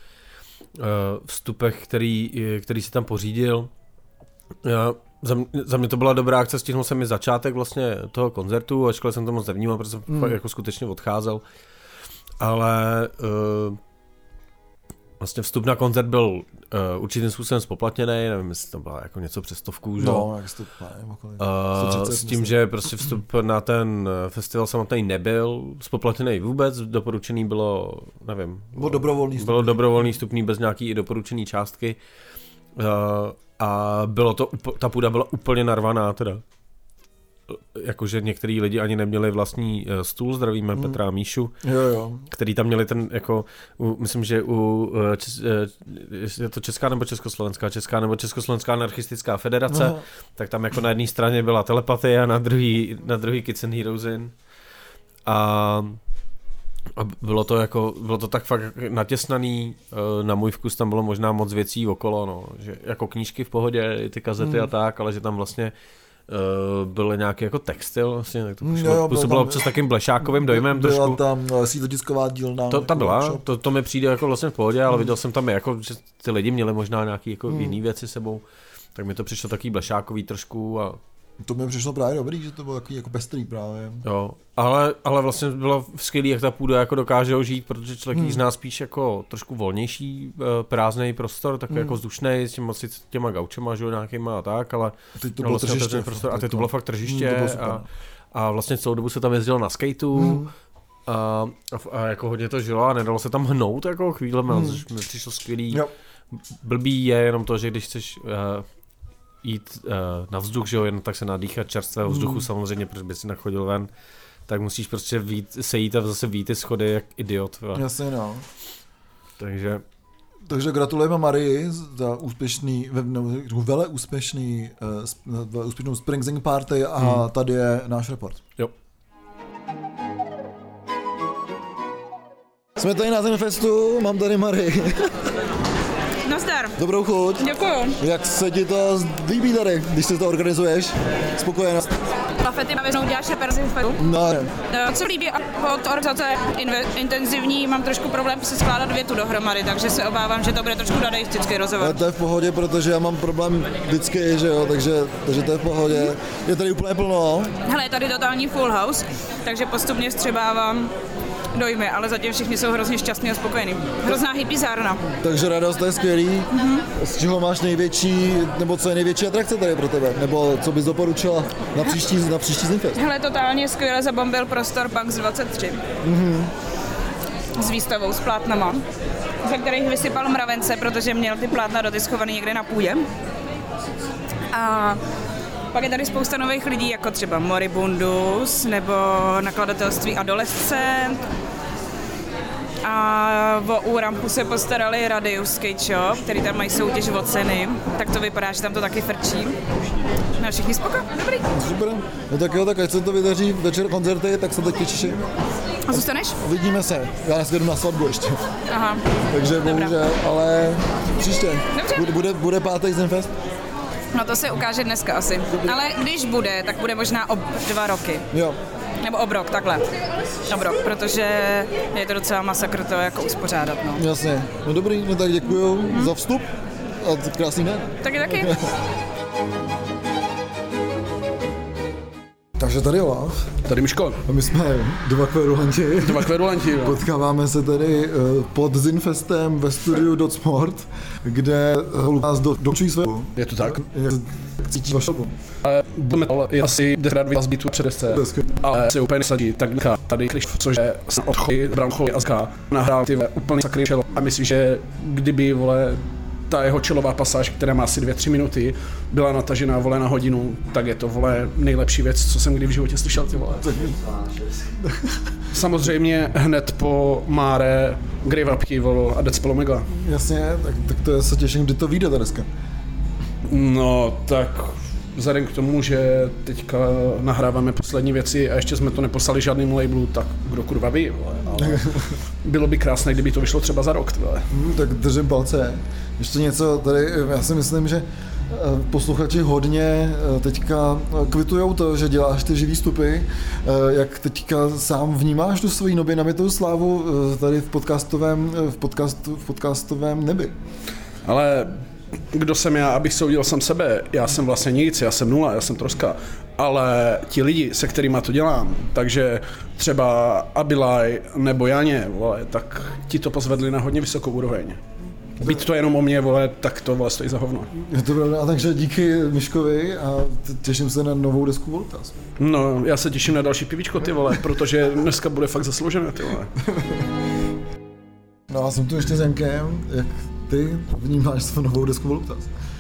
který si tam pořídil. Za mě to byla dobrá akce, stihnul jsem i začátek vlastně toho koncertu, ačkoliv jsem to moc nevnímal, protože jsem jako skutečně odcházel. Ale vlastně vstup na koncert byl určitým způsobem spoplatněný, nevím, jestli to bylo jako něco přes 100, že? No, jak to s tím, že prostě vstup na ten festival samotný nebyl spoplatněný vůbec, doporučený bylo, nevím. Bylo dobrovolný vstupný bez nějaký i doporučený částky. A ta půda byla úplně narvaná teda. Jakože některý lidi ani neměli vlastní stůl, zdravíme Petra a Míšu, který tam měli ten, jako, myslím, že je to Česká nebo Československá anarchistická federace, tak tam jako na jedné straně byla telepatie a na druhý Kids and Heroes In. A bylo to tak fakt natěsnaný, na můj vkus tam bylo možná moc věcí okolo, no, že jako knížky v pohodě, ty kazety a tak, ale že tam vlastně byl nějaký jako textil, vlastně, tak to působilo občas takým blešákovým dojmem trošku. Byla tam sídlotisková dílna. To byla, to mi přijde jako vlastně v pohodě, ale viděl jsem tam jako, že ty lidi měli možná nějaký jako jiný věci sebou, tak mi to přišlo takový blešákový trošku a to mi přišlo právě dobrý, že to bylo takový jako pestrý právě. Jo, ale vlastně bylo skvělý, jak ta půda jako dokáže ho žít, protože člověk jí zná spíš jako trošku volnější, prázdnej prostor, takový jako vzdušnej, s těma gaučema, že nějakýma a tak, ale teď to bylo tržiště. Prostor, a teď to bylo fakt tržiště a vlastně celou dobu se tam jezdilo na skateu a jako hodně to žilo a nedalo se tam hnout jako chvílema, což mi přišlo skvělý. Jo. Blbý je jenom to, že když chceš jít na vzduch, že jo, jen tak se nadýchat čerstvého vzduchu samozřejmě, protože by si nachodil ven, tak musíš prostě sejít a zase vyjít ty schody jak idiot. Jasně, no. Takže gratulujeme Marii za úspěšnou Spring Zing Party a tady je náš report. Jo. Jsme tady na Zenfestu, mám tady Marii. Nazdar. Dobrou chuť. Děkuju. Jak se ti to líbí tady, když si to organizuješ? Spokojenost? Lafety má většinou děláš reperzi v fetu. No. Co líbí, od organizace intenzivní, mám trošku problém se skládat větu dohromady, takže se obávám, že to bude trošku dadaistický rozhovor. To je v pohodě, protože já mám problém vždycky, že jo, takže to je v pohodě. Je tady úplně plno. Hele, je tady totální full house, takže postupně střebávám dojmy, ale zatím všichni jsou hrozně šťastní a spokojení. Hrozná hippizárna. Takže radost, to je skvělý. Z čeho máš největší, nebo co je největší atrakce tady pro tebe? Nebo co bys doporučila na příští Zenfest? Hele, totálně skvěle zabombil prostor Punks 23. S výstavou, s plátnama, ze kterých vysypal mravence, protože měl ty plátna dotiskovaný někde na půdě. A pak je tady spousta nových lidí, jako třeba Moribundus, nebo nakladatelství Adolescent. A o rampu se postarali Radius Skate Shop, který tam mají soutěž o ceny. Tak to vypadá, že tam to taky frčí. No všichni spoko, dobrý. Super. No tak jo, tak ať se to vydaří večer koncerty, tak se teď těším. A zůstaneš? Uvidíme se. Já dneska jdu na svatbu ještě. Aha. Takže bohužel, ale příště. Dobře. Bude pátý Zenfest? No to se ukáže dneska asi. Ale když bude, tak bude možná 2 roky. Jo. Nebo ob rok, takhle. Ob rok, protože je to docela masakr to jako uspořádat, no. Jasně. No dobrý, no tak děkuju za vstup a krásný den. Taky. Takže tady Olaf. Tady Miško. A my jsme dva kverulanti. Potkáváme se tady pod Zinfestem ve studiu Dotsport, kde nás dočují své. Je to tak? Cítí vaše album. Budeme je asi 10 z beatů předesce, ale se úplně nesadí, tak tady Krištof, což je odchody, Brownholly a Zka, nahrál ty úplně sakry čelo a myslím, že kdyby, vole, ta jeho čelová pasáž, která má asi 2-3 minuty, byla natažená, vole, na hodinu, tak je to, vole, nejlepší věc, co jsem kdy v životě slyšel, ty vole. Samozřejmě hned po Máre, Grave Up, vole, a Deathspell Omega. Jasně, tak to je se těším, kdy to vyjde dneska. No, tak vzhledem k tomu, že teďka nahráváme poslední věci a ještě jsme to neposlali žádnému labelu, tak kdo kurva ví, vole, ale bylo by krásné, kdyby to vyšlo třeba za rok, vole. Tak držím palce. Ještě něco tady, já si myslím, že posluchači hodně teďka kvitujou to, že děláš ty živý vstupy. Jak teďka sám vnímáš tu svoji nově nabitou slávu tady v podcastovém nebi? Ale kdo jsem já, abych soudil sám sebe? Já jsem vlastně nic, já jsem nula, já jsem troska. Ale ti lidi, se kterými to dělám, takže třeba Abilaj nebo Janě, vole, tak ti to pozvedli na hodně vysokou úroveň. Být to jenom o mě, vole, tak to vlastně stojí za hovno. Je to pravda, a takže díky Miškovi a těším se na novou desku Voluptas. No, já se těším na další pivíčko, ty vole, protože dneska bude fakt zasloužené, ty vole. No a jsem tu ještě s Jankem, jak ty vnímáš svou novou desku Voluptas?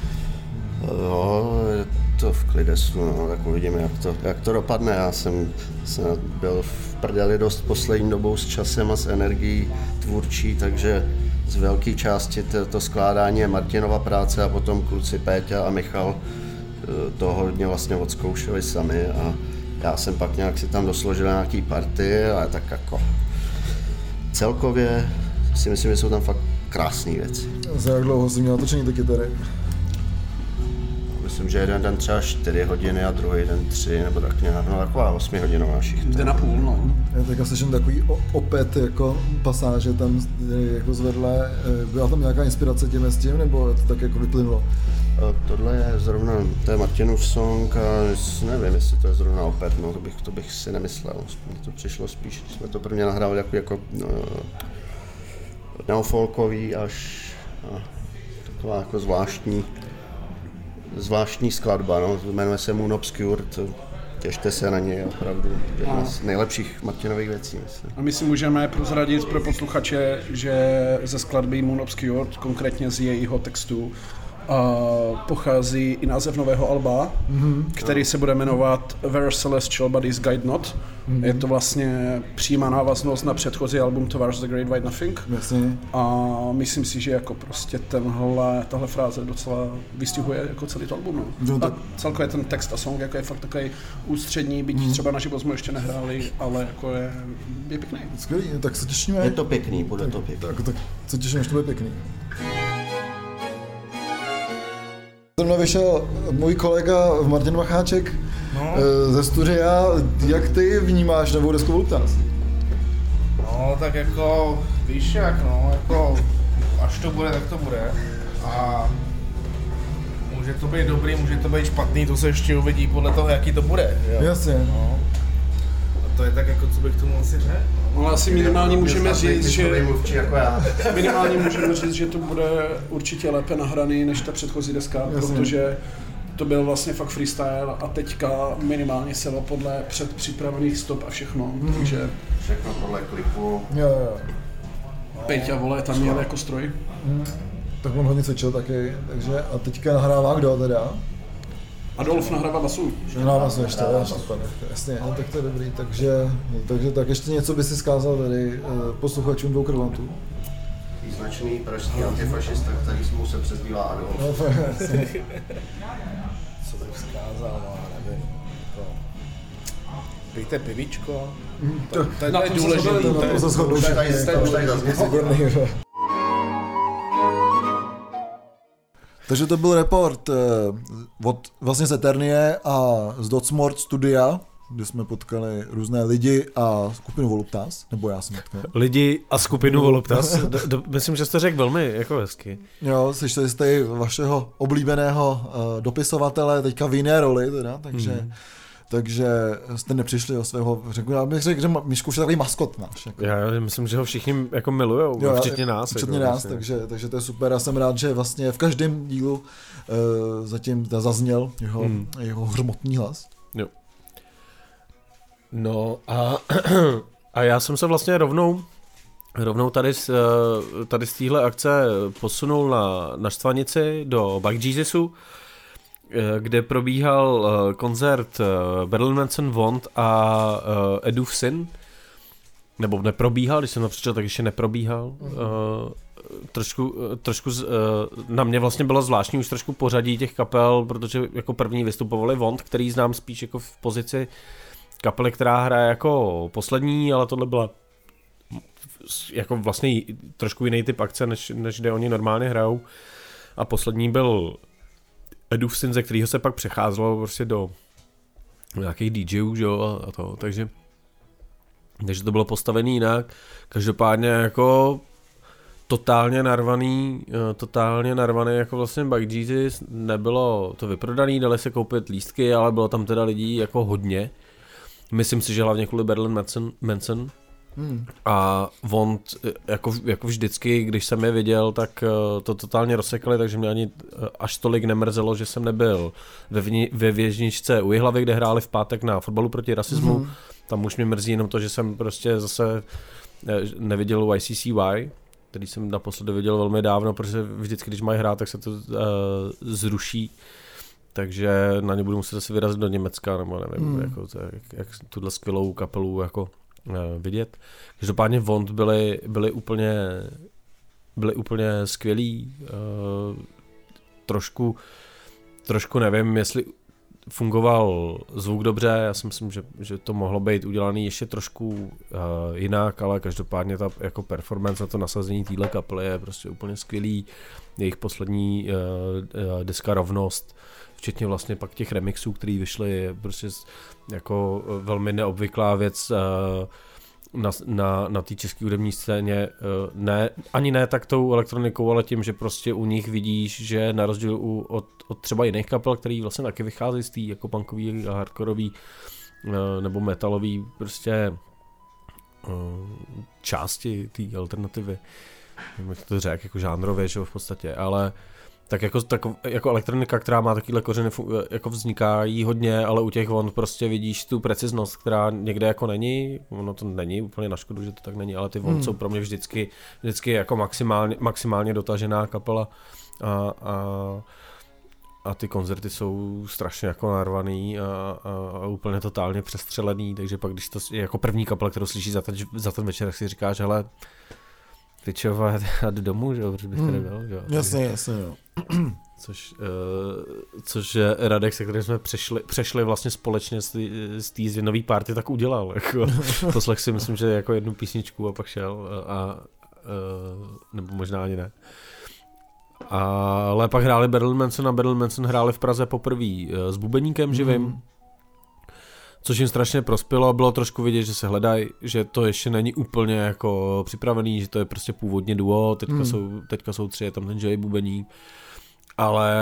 No, je to v klidesu, no, tak uvidíme, jak to dopadne. Já jsem byl v prdeli dost poslední dobou s časem a s energií tvůrčí, takže z velké části to skládání je Martinova práce a potom kluci Péťa a Michal to hodně vlastně odzkoušeli sami a já jsem pak nějak si tam dosložil nějaký party, ale tak jako celkově si myslím, že jsou tam fakt krásné věci. Za jak dlouho jsi měl natočení ty kytary? Myslím, že jeden den třeba 4 hodiny a druhý den 3, nebo tak nějak, no taková 8hodinová šichta. 1,5, no. Já teďka slyším takový opět jako pasáže tam jako zvedle, byla tam nějaká inspirace tím s tím, nebo to tak jako vyplynulo? Tohle je zrovna, to je Martinův song a nevím, jestli to je zrovna opět, no to bych si nemyslel, to přišlo spíš, jsme to prvně nahrávali jako neofolkový až taková jako zvláštní skladba, no, jmenuje se Moon Obscure, těšte se na něj, opravdu, jedna z nejlepších Martinových věcí, myslím. A my si můžeme prozradit pro posluchače, že ze skladby Moon Obscure, konkrétně z jejího textu, pochází i název nového alba, který se bude jmenovat Where Celestial Bodies Guide Not. Je to vlastně přímá návaznost na předchozí album Towards the Great White Nothing. Jasně. A myslím si, že jako prostě tahle fráze docela vystihuje jako celý to album. No. A celkově ten text a song jako je fakt takový ústřední, byť třeba na život jsme ještě nehráli, ale jako je pěkný. Skvělý, tak se těšíme. Je to pěkný, bude to pěkný. Tak se těším, že to bude pěkný. Zrovna vyšel můj kolega Martin Macháček ze studia. Jak ty vnímáš novou desku Voluptas? No tak jako, víš jak, no, jako až to bude, tak to bude. A může to být dobrý, může to být špatný, to se ještě uvidí podle toho, jaký to bude. Jo? Jasně. No. A to je tak jako, co bych tomu asi řekl. No asi minimálně můžeme říct, že jako já. minimálně můžeme říct, že to bude určitě lépe nahraný než ta předchozí deska, protože to byl vlastně fakt freestyle a teďka minimálně selo podle předpřipravených stop a všechno, takže všechno podle klipu. Jo. Peťa, vole, tam měl jako stroj. Tak on hodně cvičil taky, takže a teďka nahrává kdo teda? Adolf nahrává basu. Nahrává basu ještě, jasně, no, tak to je dobrý, takže tak ještě něco by si zkázal tady posluchačům dvou krvantů. Význačný pražský antifašista, který mu se přezdívá Adolf. No, Co bych vzkázal, no, nevím. Pijte pivíčko, to je důležité. To se shodnou všichni. Takže to byl report od vlastně z Eternie a z Dotsport studia, kde jsme potkali různé lidi a skupinu Voluptas, nebo já jsem potkal. Lidi a skupinu Voluptas, myslím, že jste řekl velmi jako hezky. Jo, slyšeli jste i vašeho oblíbeného dopisovatele, teďka v jiné roli teda, takže takže jste nepřišli o svého, já bych řekl, že Mišku už je takový maskot náš. Jako. Já myslím, že ho všichni jako milujou, včetně nás. Včetně jako nás, vlastně. takže to je super. Já jsem rád, že vlastně v každém dílu zatím zazněl jeho hřmotný hlas. Jo. No a já jsem se vlastně rovnou tady z téhle akce posunul na Štvanici do Bug Jesusu, kde probíhal koncert Marilyn Manson, Vont a Edův syn. Nebo neprobíhal, když jsem to přečetl, tak ještě neprobíhal. Trošku na mě vlastně bylo zvláštní už trošku pořadí těch kapel, protože jako první vystupovali Vont, který znám spíš jako v pozici kapely, která hraje jako poslední, ale tohle byla jako vlastně trošku jiný typ akce, než kde oni normálně hrajou. A poslední byl Edův syn, ze kterého se pak přecházelo prostě do nějakých DJů, jo, a to, takže to bylo postavený jinak. Každopádně jako totálně narvaný jako vlastně Bug Jesus, nebylo to vyprodaný, dali se koupit lístky, ale bylo tam teda lidí jako hodně. Myslím si, že hlavně kvůli Marilyn Manson. A Vont, jako vždycky, když jsem je viděl, tak to totálně rozsekali, takže mě ani až tolik nemrzelo, že jsem nebyl ve věžničce u Jihlavy, kde hráli v pátek na fotbalu proti rasismu. Tam už mě mrzí jenom to, že jsem prostě zase neviděl YCCY, který jsem naposledy viděl velmi dávno, protože vždycky, když mají hrát, tak se to zruší. Takže na ně budu muset zase vyrazit do Německa, nebo nevím, jako jak tuhle skvělou kapelu jako vidět. Každopádně Vont byli úplně skvělí. Trošku nevím, jestli fungoval zvuk dobře, já si myslím, že to mohlo být udělané ještě trošku jinak, ale každopádně ta jako performance na to nasazení téhle kapely je prostě úplně skvělý. Jejich poslední deska Rovnost, včetně vlastně pak těch remixů, který vyšly, je prostě jako velmi neobvyklá věc na té české hudební scéně. Ani ne tak tou elektronikou, ale tím, že prostě u nich vidíš, že na rozdíl od třeba jiných kapel, který vlastně taky vycházejí z té jako punkový a hardkorový nebo metalový prostě části té alternativy. Jak to řekl, jako žánrově, že v podstatě, ale tak jako elektronika, která má takovýhle kořeny, jako vzniká jí hodně, ale u těch Vont prostě vidíš tu preciznost, která někde jako není, ono to není úplně na škodu, že to tak není, ale ty Vont jsou pro mě vždycky jako maximálně dotažená kapela a ty koncerty jsou strašně jako narvaný a úplně totálně přestřelený, takže pak když to je jako první kapela, kterou slyšíš za ten večer, si říkáš, hele, ty čeho, a jdu domů, že jo, protože bych tady byl, že jo. Jasně, jo. Což Radek, se kterým jsme přešli vlastně společně z té nový party, tak udělal. Jako. Poslech si myslím, že jako jednu písničku a pak šel, nebo možná ani ne. Ale pak hráli Marilyn Manson a Marilyn Manson hráli v Praze poprvé s bubeníkem živým, což jim strašně prospělo a bylo trošku vidět, že se hledají, že to ještě není úplně jako připravený, že to je prostě původně duo, teďka jsou 3, je tam ten živý bubeník, ale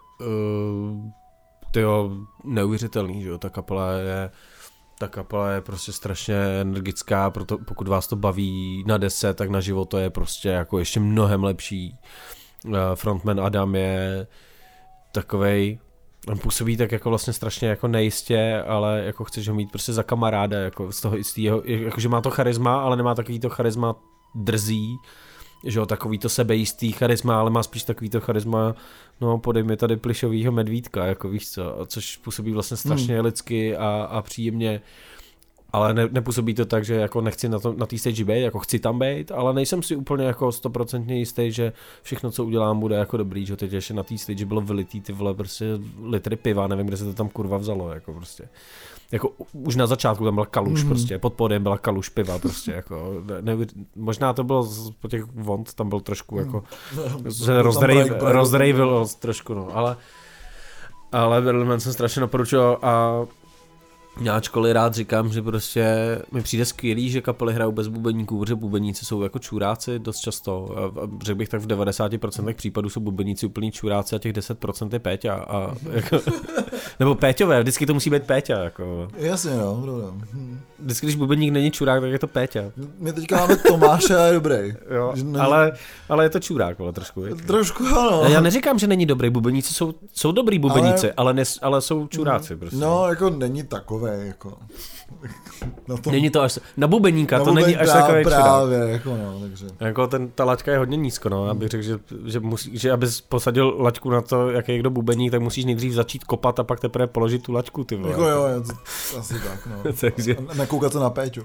tyjo, neuvěřitelný, že jo, ta kapela je prostě strašně energická, proto pokud vás to baví na 10, tak na živo to je prostě jako ještě mnohem lepší. Frontman Adam je takovej, on působí tak jako vlastně strašně jako nejistě, ale jako chceš ho mít prostě za kamaráda, jako z toho jistýho, jakože má to charisma, ale nemá takový to charisma drzí, že jo, takový to sebejistý charisma, ale má spíš takový to charisma, no podej mi tady plišovýho medvídka, jako víš co, což působí vlastně strašně lidsky a příjemně, ale nepůsobí to tak, že jako nechci na té stage být, jako chci tam být, ale nejsem si úplně jako 100% jistý, že všechno, co udělám, bude jako dobrý, že teď ještě na té stage bylo vylitý ty vole prostě litry piva, nevím, kde se to tam kurva vzalo, jako prostě. Jako už na začátku tam byla kaluš prostě, pod pódiem byla kaluš piva prostě, jako, možná to bylo po těch Vont, tam byl trošku jako, rozdrejvil trošku, no, ale Marilyn Manson strašně doporučil a já ačkoliv rád říkám, že prostě mi přijde skvělý, že kapely hrajou bez bubeníků, protože bubeníci jsou jako čuráci dost často. Řekl bych tak v 90% případů jsou bubeníci úplný čuráci a těch 10% je Péťa. A jako, Nebo Péťové, vždycky to musí být Péťa, jako. Jasně, no, dobré. Vždycky, když bubeník není čurák, tak je to Péťa. My teďka máme Tomáše a je dobrý. Jo, není... ale je to čurák, ale trošku. Trošku, ano. Já neříkám, že není dobrý, bubeníci jsou dobrý bubeníci, ale jsou čuráci, prostě. No, jako není takové, jako. Není to až, na bubeníka, to není až takový čurák. Právě, jako no, takže. Jako ta laťka je hodně nízko, no, abych řekl, že abys posadil laťku na to, jaký je kdo bubeník, tak musíš nejdřív začít kopat a pak teprve položit tu laťku, ty vole. Jako jo, asi tak, no. Takže... Nekoukat se na Péťu.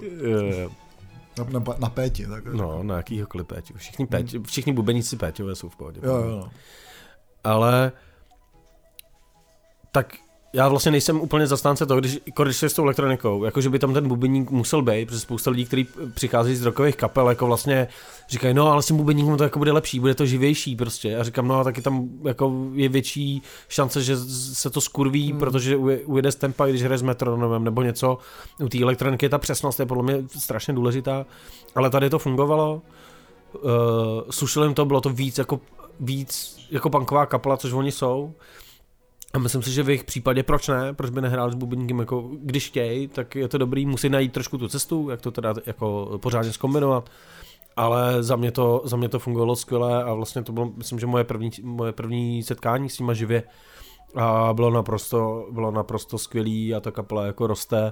Na Péti, tak. No, na jakýhokoliv Péťu. Všichni bubeníci Péťové jsou v pohodě. Jo. Ale tak já vlastně nejsem úplně zastánce toho, když je s tou elektronikou, jakože by tam ten bubeník musel být, protože spousta lidí, kteří přicházejí z rockových kapel, jako vlastně říkají, no ale s tím bubeníkem to jako bude lepší, bude to živější prostě. A říkám, no a taky tam jako je větší šance, že se to skurví, protože ujede z tempa, když hraje s metronomem nebo něco. U té elektroniky ta přesnost je podle mě strašně důležitá, ale tady to fungovalo. Slušelo jim to, bylo to víc jako punková kapela, což oni jsou. A myslím si, že v jejich případě proč ne, proč by nehráli s bubeníkem, jako když chtějí, tak je to dobrý, musí najít trošku tu cestu, jak to teda jako pořádně zkombinovat, ale za mě to fungovalo skvěle a vlastně to bylo, myslím, že moje první setkání s nima živě a bylo naprosto skvělý a ta kapela jako roste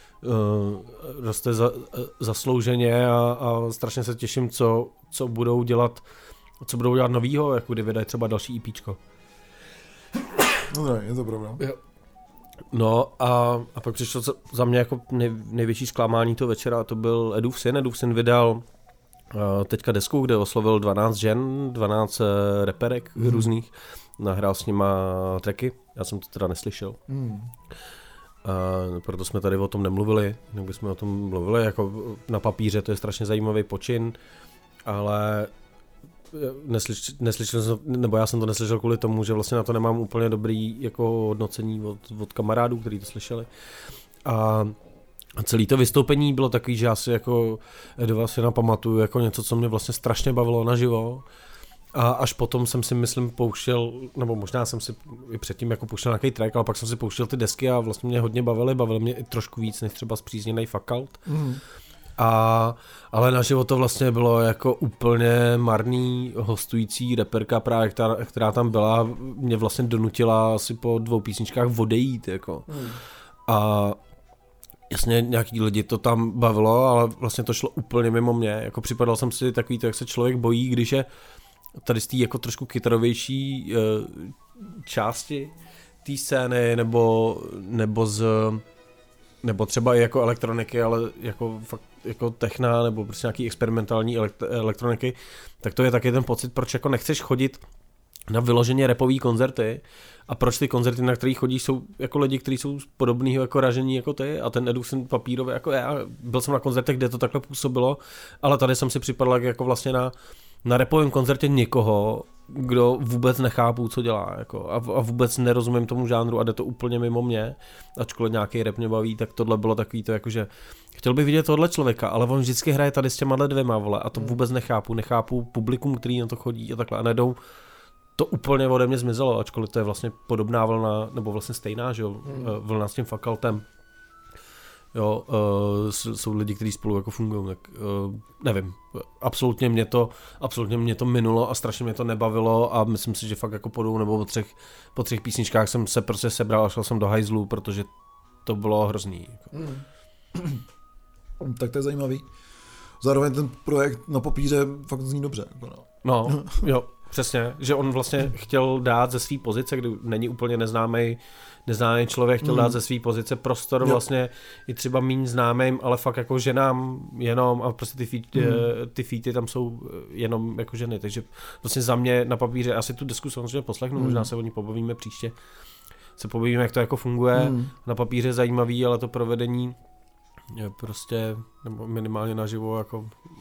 zaslouženě a strašně se těším, co budou dělat novýho, jako kdy vydají třeba další EPčko. No, je to pravda. No a pak přišlo za mě jako největší zklamání toho večera, to byl Edův syn vydal teďka desku, kde oslovil 12 žen, 12 reperek různých, nahrál s nima tracky, já jsem to teda neslyšel. Proto jsme tady o tom nemluvili, jinak bychom o tom mluvili, jako na papíře to je strašně zajímavý počin, ale neslyšel jsem, nebo já jsem to neslyšel kvůli tomu, že vlastně na to nemám úplně dobrý jako hodnocení od kamarádů, kteří to slyšeli. A celé to vystoupení bylo takový, že já si jako Edova syna pamatuju jako něco, co mě vlastně strašně bavilo naživo. A až potom jsem si myslím pouštěl, nebo možná jsem si i předtím jako pouštěl nějaký track, ale pak jsem si pouštěl ty desky a vlastně mě hodně bavily mě i trošku víc než třeba Spřízněnej Fakult. Ale naživo to vlastně bylo jako úplně marný hostující reperka právě, která tam byla, mě vlastně donutila asi po 2 písničkách odejít, jako. A jasně nějaký lidi to tam bavilo, ale vlastně to šlo úplně mimo mě, jako připadal jsem si takový to, jak se člověk bojí, když je tady z té jako trošku kytarovější části té scény, nebo třeba i jako elektroniky, ale jako fakt jako techna nebo prostě nějaký experimentální elektroniky, tak to je taky ten pocit, proč jako nechceš chodit na vyloženě rapový koncerty a proč ty koncerty, na kterých chodíš, jsou jako lidi, kteří jsou podobného jako ražení jako ty a ten Edův syn papírový, jako já byl jsem na koncertech, kde to takhle působilo, ale tady jsem si připadal jako vlastně na rapovém koncertě někoho, kdo vůbec nechápu, co dělá, jako, a vůbec nerozumím tomu žánru a jde to úplně mimo mě, ačkoliv nějaký rap mě baví, tak tohle bylo takový to, jakože chtěl bych vidět tohle člověka, ale on vždycky hraje tady s těma dvěma, vole, a to vůbec nechápu publikum, který na to chodí a takhle, a najednou to úplně ode mě zmizelo, ačkoliv to je vlastně podobná vlna, nebo vlastně stejná, že jo, vlna s tím Fakultem. Jo, jsou lidi, kteří spolu jako fungují, tak nevím, absolutně mě to minulo a strašně mě to nebavilo a myslím si, že fakt jako po 2 nebo po 3 písničkách jsem se prostě sebral a šel jsem do hajzlu, protože to bylo hrozný. Jako. Tak to je zajímavý. Zároveň ten projekt na papíře fakt zní dobře. Jako no, jo, přesně, že on vlastně chtěl dát ze své pozice, kdy není úplně neznámý člověk, chtěl dát ze své pozice prostor vlastně i třeba méně známým, ale fakt jako ženám jenom a prostě ty featy tam jsou jenom jako ženy, takže vlastně za mě na papíře, asi tu desku samozřejmě poslechnu, možná se o ní pobavíme příště, se pobavíme, jak to jako funguje, na papíře zajímavý, ale to provedení je prostě, nebo minimálně naživo jako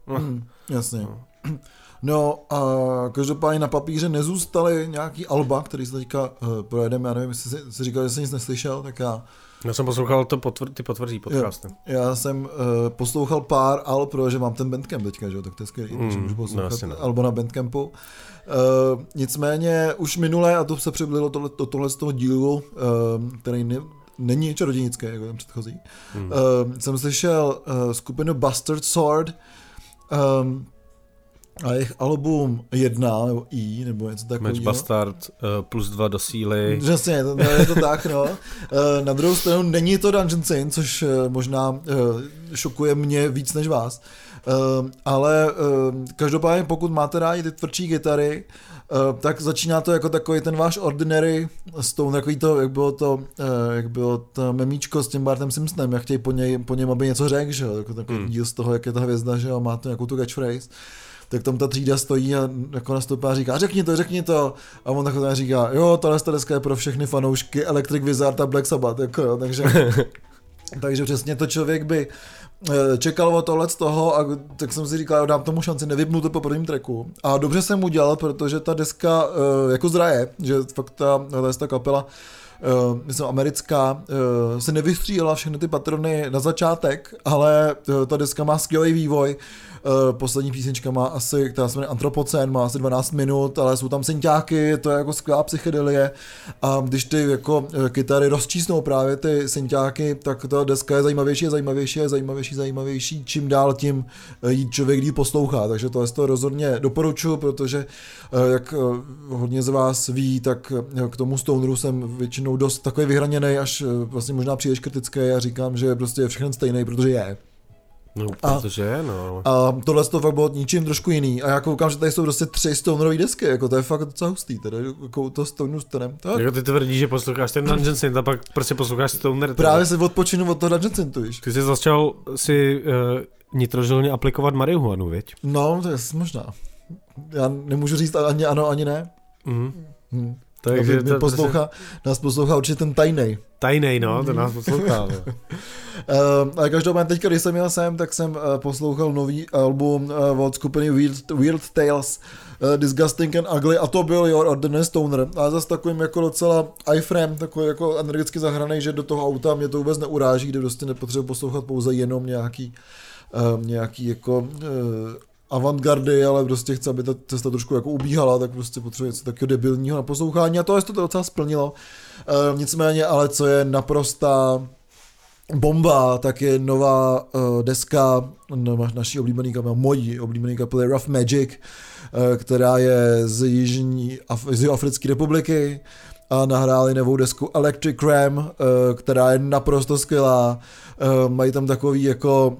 Jasně. No a každopádně na papíře nezůstaly nějaký alba, který se teďka projedeme, já nevím, jestli jsi říkal, že jsi nic neslyšel, tak já jsem poslouchal ty potvrdí podcasty. Já jsem poslouchal pár alb, protože mám ten Bandcamp teďka, že? Tak to je skvělý, že můžu poslouchat albo na Bandcampu. Nicméně už minule, a to se přiblilo tohle z toho dílu, který není čarodějnický, jako ten předchozí, jsem slyšel skupinu Bastard Sword, a jejich album 1 nebo I nebo něco takového. Match Bastard plus 2 do síly. Přesně, je to tak, no. Na druhou stranu není to Dungeon Saint, což možná šokuje mě víc než vás. Ale každopádně pokud máte rádi ty tvrdší kytary, tak začíná to jako takový ten váš Ordinary Stone, takový to, jak bylo to memíčko s tím Bartem Simpsonem, jak chtějí po něm, aby něco řekl, že jo, jako takový díl z toho, jak je ta hvězda, že jo, má to nějakou tu catchphrase. Tak tam ta třída stojí a jako nastoupá a říká, řekni to. A on takhle říká, jo, tahle deska je pro všechny fanoušky Electric Wizard a Black Sabbath, jako jo, takže přesně to člověk by čekal o tohle z toho a tak jsem si říkal, dám tomu šanci, nevypnu to po prvním tracku. A dobře jsem udělal, protože ta deska jako zraje, že fakt ta kapela myslím americká, se nevystřílela všechny ty patrony na začátek, ale ta deska má skvělý vývoj. Poslední písnička má asi, která se jmenuje Antropocén, má asi 12 minut, ale jsou tam synťáky, to je jako skvělá psychedelie a když ty jako kytary rozčísnou právě ty synťáky, tak ta deska je zajímavější, čím dál tím jí člověk díl poslouchá, takže to rozhodně doporučuji, protože jak hodně z vás ví, tak k tomu stoneru jsem většinou dost takový vyhraněný, až vlastně možná příliš kritický a říkám, že prostě je všechno stejný, protože je. No, protože je, no. A tohle to fakt bylo ničím trošku jiný. A já koukám, že tady jsou prostě 3 stonerové desky, jako to je fakt docela hustý, teda jako to stoneru stanem. Jako ty tvrdíš, že posloucháš ten Dungeon Saint a pak prostě posloucháš stoner. Právě se odpočinu od toho Dungeon Saintu, víš. Ty jsi začal si nitrožilně aplikovat marihuanu, viď? No, to je možná. Já nemůžu říct ani ano, ani ne. Takže nás poslouchá určitě ten tajnej, no, to nás poslouchá. Ale každopádně teďka, když jsem jel sem, tak jsem poslouchal nový album od skupiny Weird Tales, Disgusting and Ugly, a to byl Your Ordinary Stoner. Ale zase takovým jako docela iframe, takový jako energicky zahranej, že do toho auta mě to vůbec neuráží, kde prostě nepotřebuji poslouchat pouze jenom nějaký jako avantgardy, ale prostě chci, aby ta cesta trošku jako ubíhala, tak prostě potřebuje něco takového debilního na poslouchání a to docela splnilo. Nicméně, ale co je naprostá bomba, tak je nová deska naší oblíbený kapely, mojí oblíbený kapely Rough Magic, která je z Jihoafrické republiky a nahráli novou desku Electric Ram, která je naprosto skvělá. Mají tam takový jako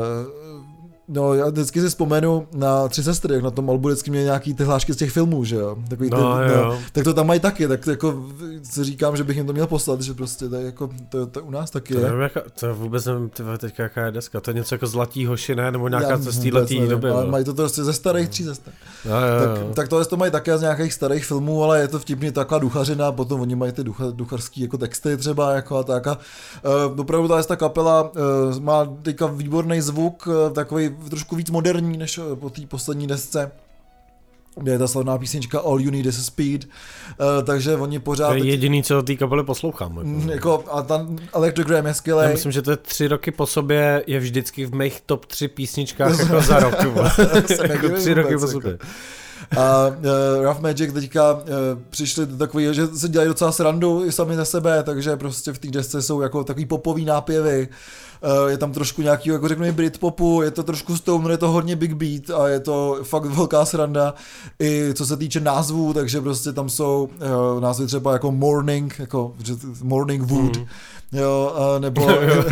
no, já vždycky si vzpomenu na 3 sestry, jak na tom albu vždycky měli nějaký ty hlášky z těch filmů, že jo? Takový tak to tam mají taky, tak jako si říkám, že bych jim to měl poslat, že prostě to je jako, to u nás taky je. To vůbec nevím, teďka jaká je deska, to je něco jako Zlatý hoši, ne? Nebo nějaká z této doby. Ale mají to prostě ze starých 3 sester. Tak to mají také z nějakých starých filmů, ale je to vtipně taková duchařina, potom oni mají ty ducharský jako texty třeba jako a tak. Opravdu ta kapela má teďka výborný zvuk, takový trošku víc moderní než po té poslední desce, kde je ta slavná písnička All You Need Is Speed, takže oni pořád... To je jediný, co té kapely poslouchám. Jako, a ten Electric Ram je skvělej. Já myslím, že to je 3 roky po sobě, je vždycky v mých top 3 písničkách jako za rok. Jako 3 roky po sobě. A Rough Magic teďka přišli do takový, že se dělají docela srandu i sami za sebe, takže prostě v té desce jsou jako takový popový nápěvy, je tam trošku nějaký, jako řeknu, Britpopu, je to trošku stoner, je to hodně big beat a je to fakt velká sranda i co se týče názvů, takže prostě tam jsou názvy třeba jako Morning, jako Morning Wood, jo, nebo...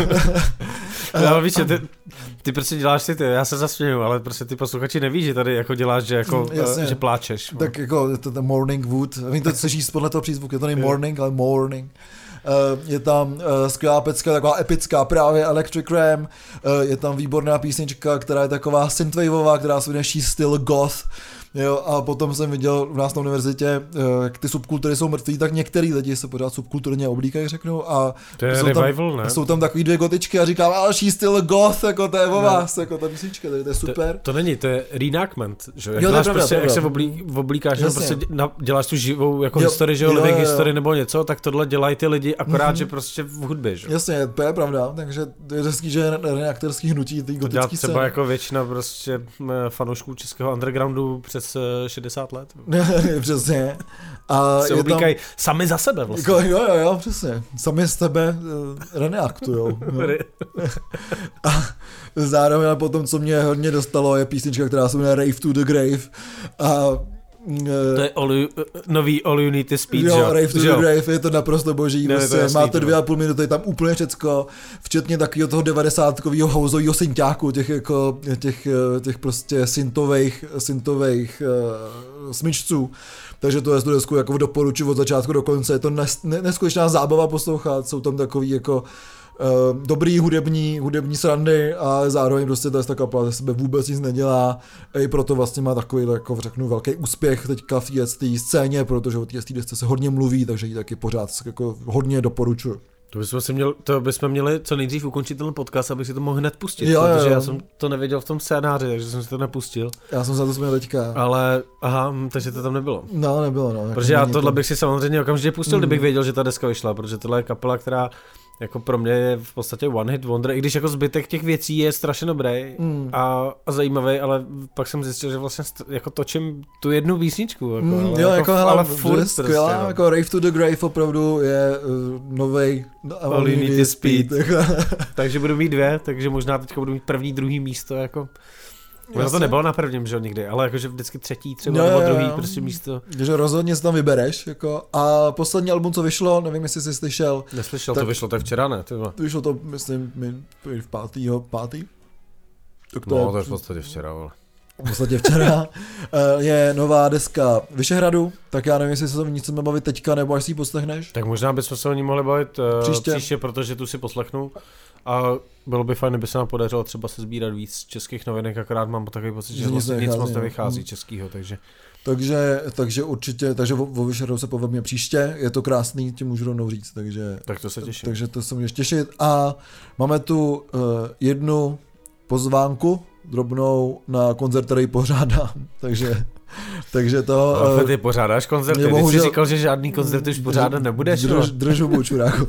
No, víš, ty prostě děláš si ty, já se zasměju, ale prostě ty posluchači neví, že tady jako děláš, že jako, že pláčeš. Tak jako to Morning Wood, vím, to slyšíš podle toho přízvuku, je to není Morning, ale Morning. Je tam skvělá pecka, taková epická právě Electric Ram, je tam výborná písnička, která je taková synthwaveová, která se jmenuje She's Still Goth, Jo, a potom jsem viděl u nás na univerzitě, jak ty subkultury jsou mrtví, tak některý lidi se pořád subkulturně oblíkají, řeknou, a to je revival, ne? Jsou tam takový 2 gotičky a říkám, ale she's still goth, jako to je o vás, jako ta písnička, to je super. To není, to je reenactment, že jo, máš prostě, jak se oblíkáš, prostě děláš tu živou jako historii, že jo, living history nebo něco, tak tohle dělají ty lidi, akorát, že prostě v hudbě, že? Jasně, to je pravda, takže to je hezký, že reenaktorský hnutí, ty gotický scény. Třeba jako většina prostě fanoušků českého undergroundu přes 60 let. Přesně. A se oblíkají sami za sebe vlastně. Jo, přesně. Sami z tebe reenaktujou. A zároveň potom, co mě hodně dostalo, je písnička, která se jmenuje Rave to the Grave. A to je nový All You Need to Speed, jo, Rave to the Grave, je to naprosto boží, ne, vlastně, máte 2,5 minuty, tam úplně všecko, včetně takového toho 90kového housového synťáku, těch prostě syntových smyčců. Takže to je tu desku jako doporučuji od začátku do konce, je to neskutečná zábava poslouchat, jsou tam takový jako dobrý hudební srandy a zároveň prostě ta kapela ze sebe vůbec nic nedělá. I proto vlastně má takový, jako řeknu, velký úspěch teďka v té scéně, protože o té desce se hodně mluví, takže ji taky pořád jako hodně doporučuji. To bychom měli co nejdřív ukončit ten podcast, abych si to mohl hned pustit, protože já jsem to nevěděl v tom scénáři, takže jsem si to nepustil. Já jsem se to směl teďka. Ale, takže to tam nebylo. No, nebylo, no. Protože já tohle bych si samozřejmě okamžitě pustil, kdybych věděl, že ta deska vyšla, protože tohle je kapela, která jako pro mě je v podstatě one hit wonder, i když jako zbytek těch věcí je strašně dobrý a zajímavý, ale pak jsem zjistil, že vlastně jako točím tu jednu písničku. Ale furt skvělá, prostě, jako Rave to the Grave opravdu je novej All You Need to Speed. Takže budu mít 2, takže možná teďka budu mít první, druhý místo, jako. Možná to nebylo na prvním, že nikdy, ale jakože vždycky třetí třeba nebo druhý prostě místo. Takže rozhodně si tam vybereš, jako. A poslední album, co vyšlo, nevím, jestli jsi slyšel. Neslyšel, tak, to vyšlo tak včera, ne? To vyšlo to, myslím, v pátý? To je v podstatě včera, ale. V podstatě včera je nová deska Vyšehradu, tak já nevím, jestli se o ní chceme bavit teďka, nebo až si ji poslechneš. Tak možná bychom se o ní mohli bavit příště, protože tu si poslechnu. A bylo by fajn, kdyby se nám podařilo třeba se sbírat víc českých novinek, akorát mám takový pocit, že vlastně nic moc nevychází českýho, takže... Takže určitě, takže o Vyšehradu se poveme příště, je to krásný, ti můžu rovnou říct, takže... Tak to se těším. Takže to se můžeš těšit a máme tu jednu pozvánku drobnou na koncert, který pořádám, takže to... Ale ty pořádáš koncerty, ty jsi říkal, že žádný koncert už pořádat nebudeš. Drž hubu, čuráku.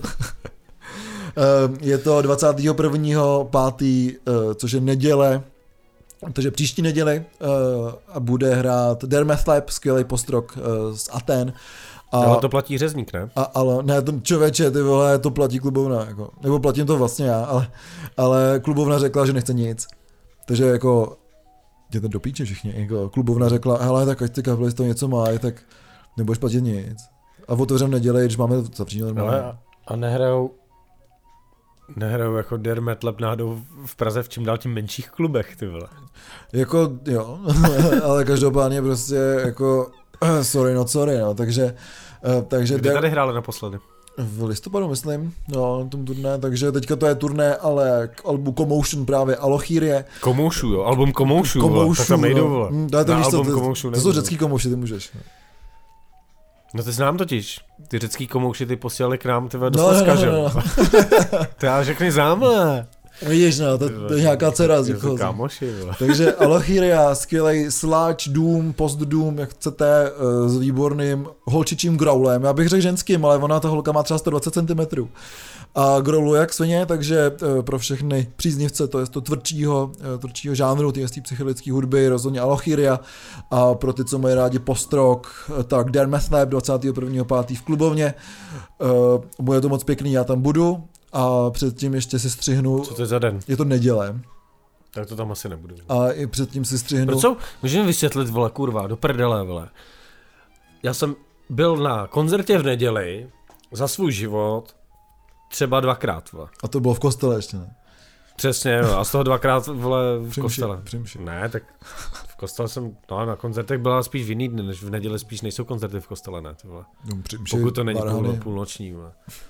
Je to 21.5., což je neděle, takže příští neděli a bude hrát Dermeth Lab, skvělý post-rock z Aten. Ale to platí Řezník, ne? Ale ne, to člověče, ty vole, to platí klubovna, jako, nebo platím to vlastně já, ale klubovna řekla, že nechce nic. Takže jako, je to do píče všichni, jako klubovna řekla, hele, tak ať ty kapely z toho něco má, tak nebudeš platit nic. A otevřem neděli, když máme zavřít normálně. A nehrajou jako Dermeth Lab náhodou v Praze v čím dál tím menších klubech, ty vole. Jako, jo, ale každopádně prostě jako, sorry, no, takže... Kdy tady hráli naposledy? V listopadu, myslím, no, na tom turné, takže teďka to je turné, ale k albu Commotion právě Alochírie. Komoušu, jo, album Komoušu, tak tam nejdu, vole. To jsou řecký komouši, ty můžeš. No ty znám totiž, ty řecký komouši ty posílali k nám, ty do Slezska, že jo? To já řekni známé. Vidíš, no, to je nějaká dcera z východu. Kámoši, vole. Takže Alochíria, skvělej sludge, doom, post-doom, jak chcete, s výborným holčičím growlem. Já bych řekl ženským, ale ona ta holka má třeba 120 cm. A growluje jak svině, takže pro všechny příznivce to je to tvrdšího žánru, ty psychedelické hudby, rozhodně Alochíria. A pro ty, co mají rádi post-rock, tak Dermeth Lab 21.5. v klubovně. Bude to moc pěkný, já tam budu. A předtím ještě si střihnu... Co to je za den? Je to neděle. Tak to tam asi nebudu. A i předtím si střihnu... Proč? Můžeme vysvětlit, vole, kurva, do prdele, vole. Já jsem byl na koncertě v neděli za svůj život třeba 2krát, vole. A to bylo v kostele ještě, ne? Přesně, jo, a z toho 2krát, vole, v kostele. Přimši. Ne, tak v kostele jsem, no na koncertech byla spíš v jiný dny, než v neděli spíš nejsou koncerty v kostele, ne, ty vole. No, přimši, pokud to není půlnoční, vole.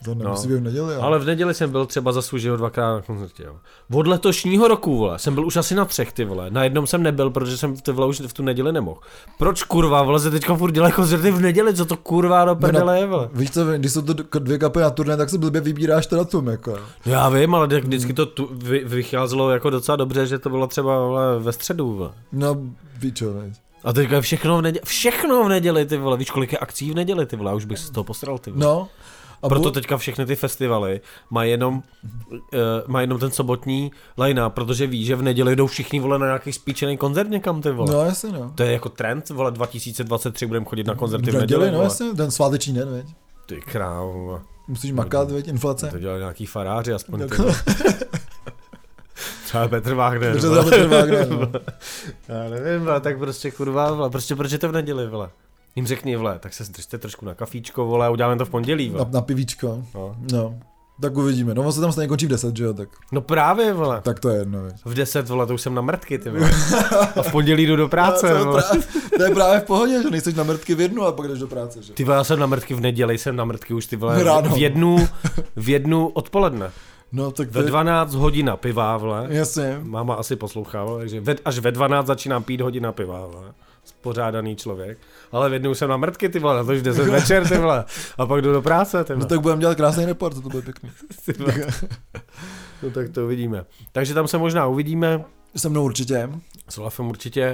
To nemusí být v neděli, ale v neděli jsem byl třeba za svůj život 2krát na koncertě, jo. Od letošního roku, vole, jsem byl už asi na 3, ty vole. Na jednom jsem nebyl, protože jsem ty vole už v tu neděli nemohl. Proč kurva, vole, se teďka furt dělají koncerty v neděli, co to kurva do prdele je, vole. Víš co, když jsou to 2 kapely na turné, tak se blbě vybíráš teda tom, jako. Já vím, ale vždycky to vycházelo jako docela dobře, že to bylo třeba, vole, ve středu, vole. No, víš čo, ne? A teďka je všechno v neděli, ty vole, víš kolik je akcí v neděli, ty vole, už bych se z toho posral, ty vole. No. Proto teďka všechny ty festivaly mají jenom ten sobotní line-up, protože ví, že v neděli jdou všichni, vole, na nějaký spíčený koncert někam, ty vole. No jasně, no. To je jako trend, vole, 2023 budeme chodit na koncerty v neděli, no jasně, ten sváteční den, veď. Ty krávo. Musíš makat, veď, inflace. To dělali nějaký faráři aspoň, ty třeba Petr Wagner. No. Já nevím, vole, tak prostě kurva, vole, prostě proč je to v neděli, vole. Jim řekni, vole, tak se držte trošku na kafíčko, vole, a uděláme to v pondělí, vole. Na pivíčko, no. Tak uvidíme, no on se tam stejně končí v 10, že jo, tak. No právě, vole. Tak to je jedno, veď. V 10, vole, to už jsem na mrtky, ty vole. A v pondělí jdu do práce, vole. To je právě v pohodě, že nejseš na mrtky v 1 a pak jdeš do práce, že? Ty vole, já jsem na mrtky v neděli, jsem na mrtky už, ty vole, ráno. v jednu odpoledne. No, tak ve 12 hodina piva, vole. Jasně. Máma asi poslouchá, vole, takže až ve 12 začínám pít hodina piva, vole. Spořádaný člověk. Ale v jednou jsem na mrtky, ty vole, to už 10 večer, ty vole. A pak jdu do práce, ty vole. No tak budeme dělat krásný report, to bude pěkný. No tak to uvidíme. Takže tam se možná uvidíme. Se mnou určitě. S Olafem určitě.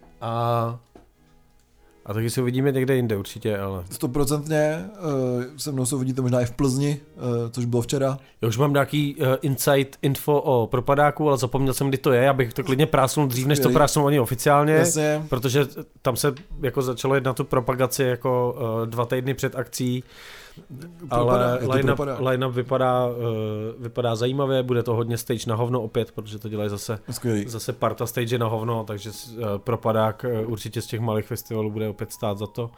A taky se uvidíme někde jinde určitě, ale... 100%, se mnou se uvidíte možná i v Plzni, což bylo včera. Já už mám nějaký insight info o Propadáku, ale zapomněl jsem, kdy to je, abych to klidně prásnul dřív, než to prásnul oni oficiálně. Jasně. Protože tam se jako začalo jít na tu propagaci jako 2 týdny před akcí. Ale line-up vypadá zajímavě, bude to hodně stage na hovno opět, protože to dělají zase parta stage na hovno, takže Propadák určitě z těch malých festivalů bude opět stát za to.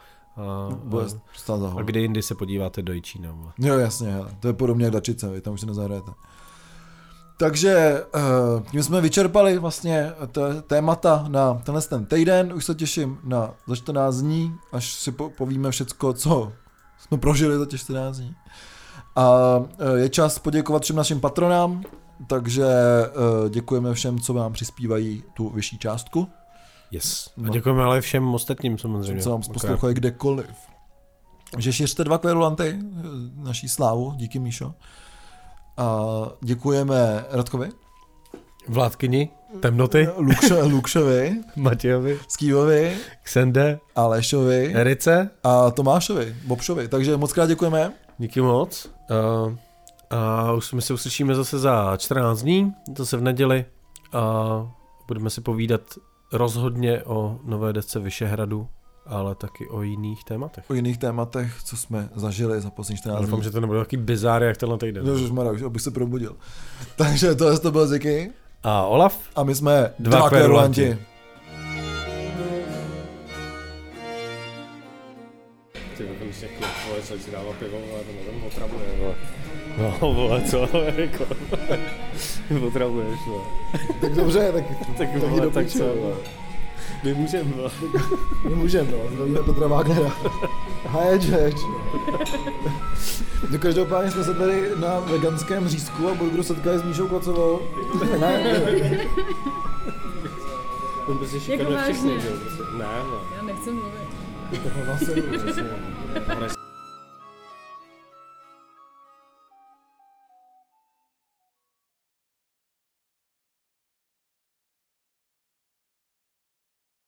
A kdy jindy se podíváte do Jičína. Jo jasně, to je podobně jak Dačice, vy tam už se nezahrajete. Takže my jsme vyčerpali vlastně témata na ten týden, už se těším za 14 dní, až si povíme všecko, co jsme prožili za těch 14 dní. A je čas poděkovat všem našim patronám, takže děkujeme všem, co vám přispívají tu vyšší částku. Yes. A děkujeme ale všem ostatním samozřejmě. Co vám poslouchají kdekoliv. Že šiřte 2 kverulanty, naší slávu, díky Míšo. A děkujeme Radkovi. Vládkyni, Temnoty. Lukšovi. Matějovi. Skývovi. Ksende. Alešovi. Erice. A Tomášovi, Bobšovi. Takže moc krát děkujeme. Díky moc. A už my se uslyšíme zase za 14 dní, zase v neděli. A budeme si povídat rozhodně o nové desce Vyšehradu, ale taky o jiných tématech. O jiných tématech, co jsme zažili za poslední 14 dní. Doufám, že to nebude takový bizár, jak tenhle týden. No, ježišmarja, už abych se probudil. Takže to byl Ziky. A Olaf. A my jsme 2 kverulanti. Ty když jak tvoje se si dává pivo, ale to nevím, otravuje, vole. No, vole, co, jako, otravuješ, vole. Tak dobře, tak co, vole. My můžeme, vole. My můžeme, vole, zdravíme Petra Wagnera. Heč. No každopádně jsme se tady na veganském řízku a burgeru setkali s Míšou Kocovou. Ne. On by si šikanuje všechny, že jo? Ne, já nechci mluvit. To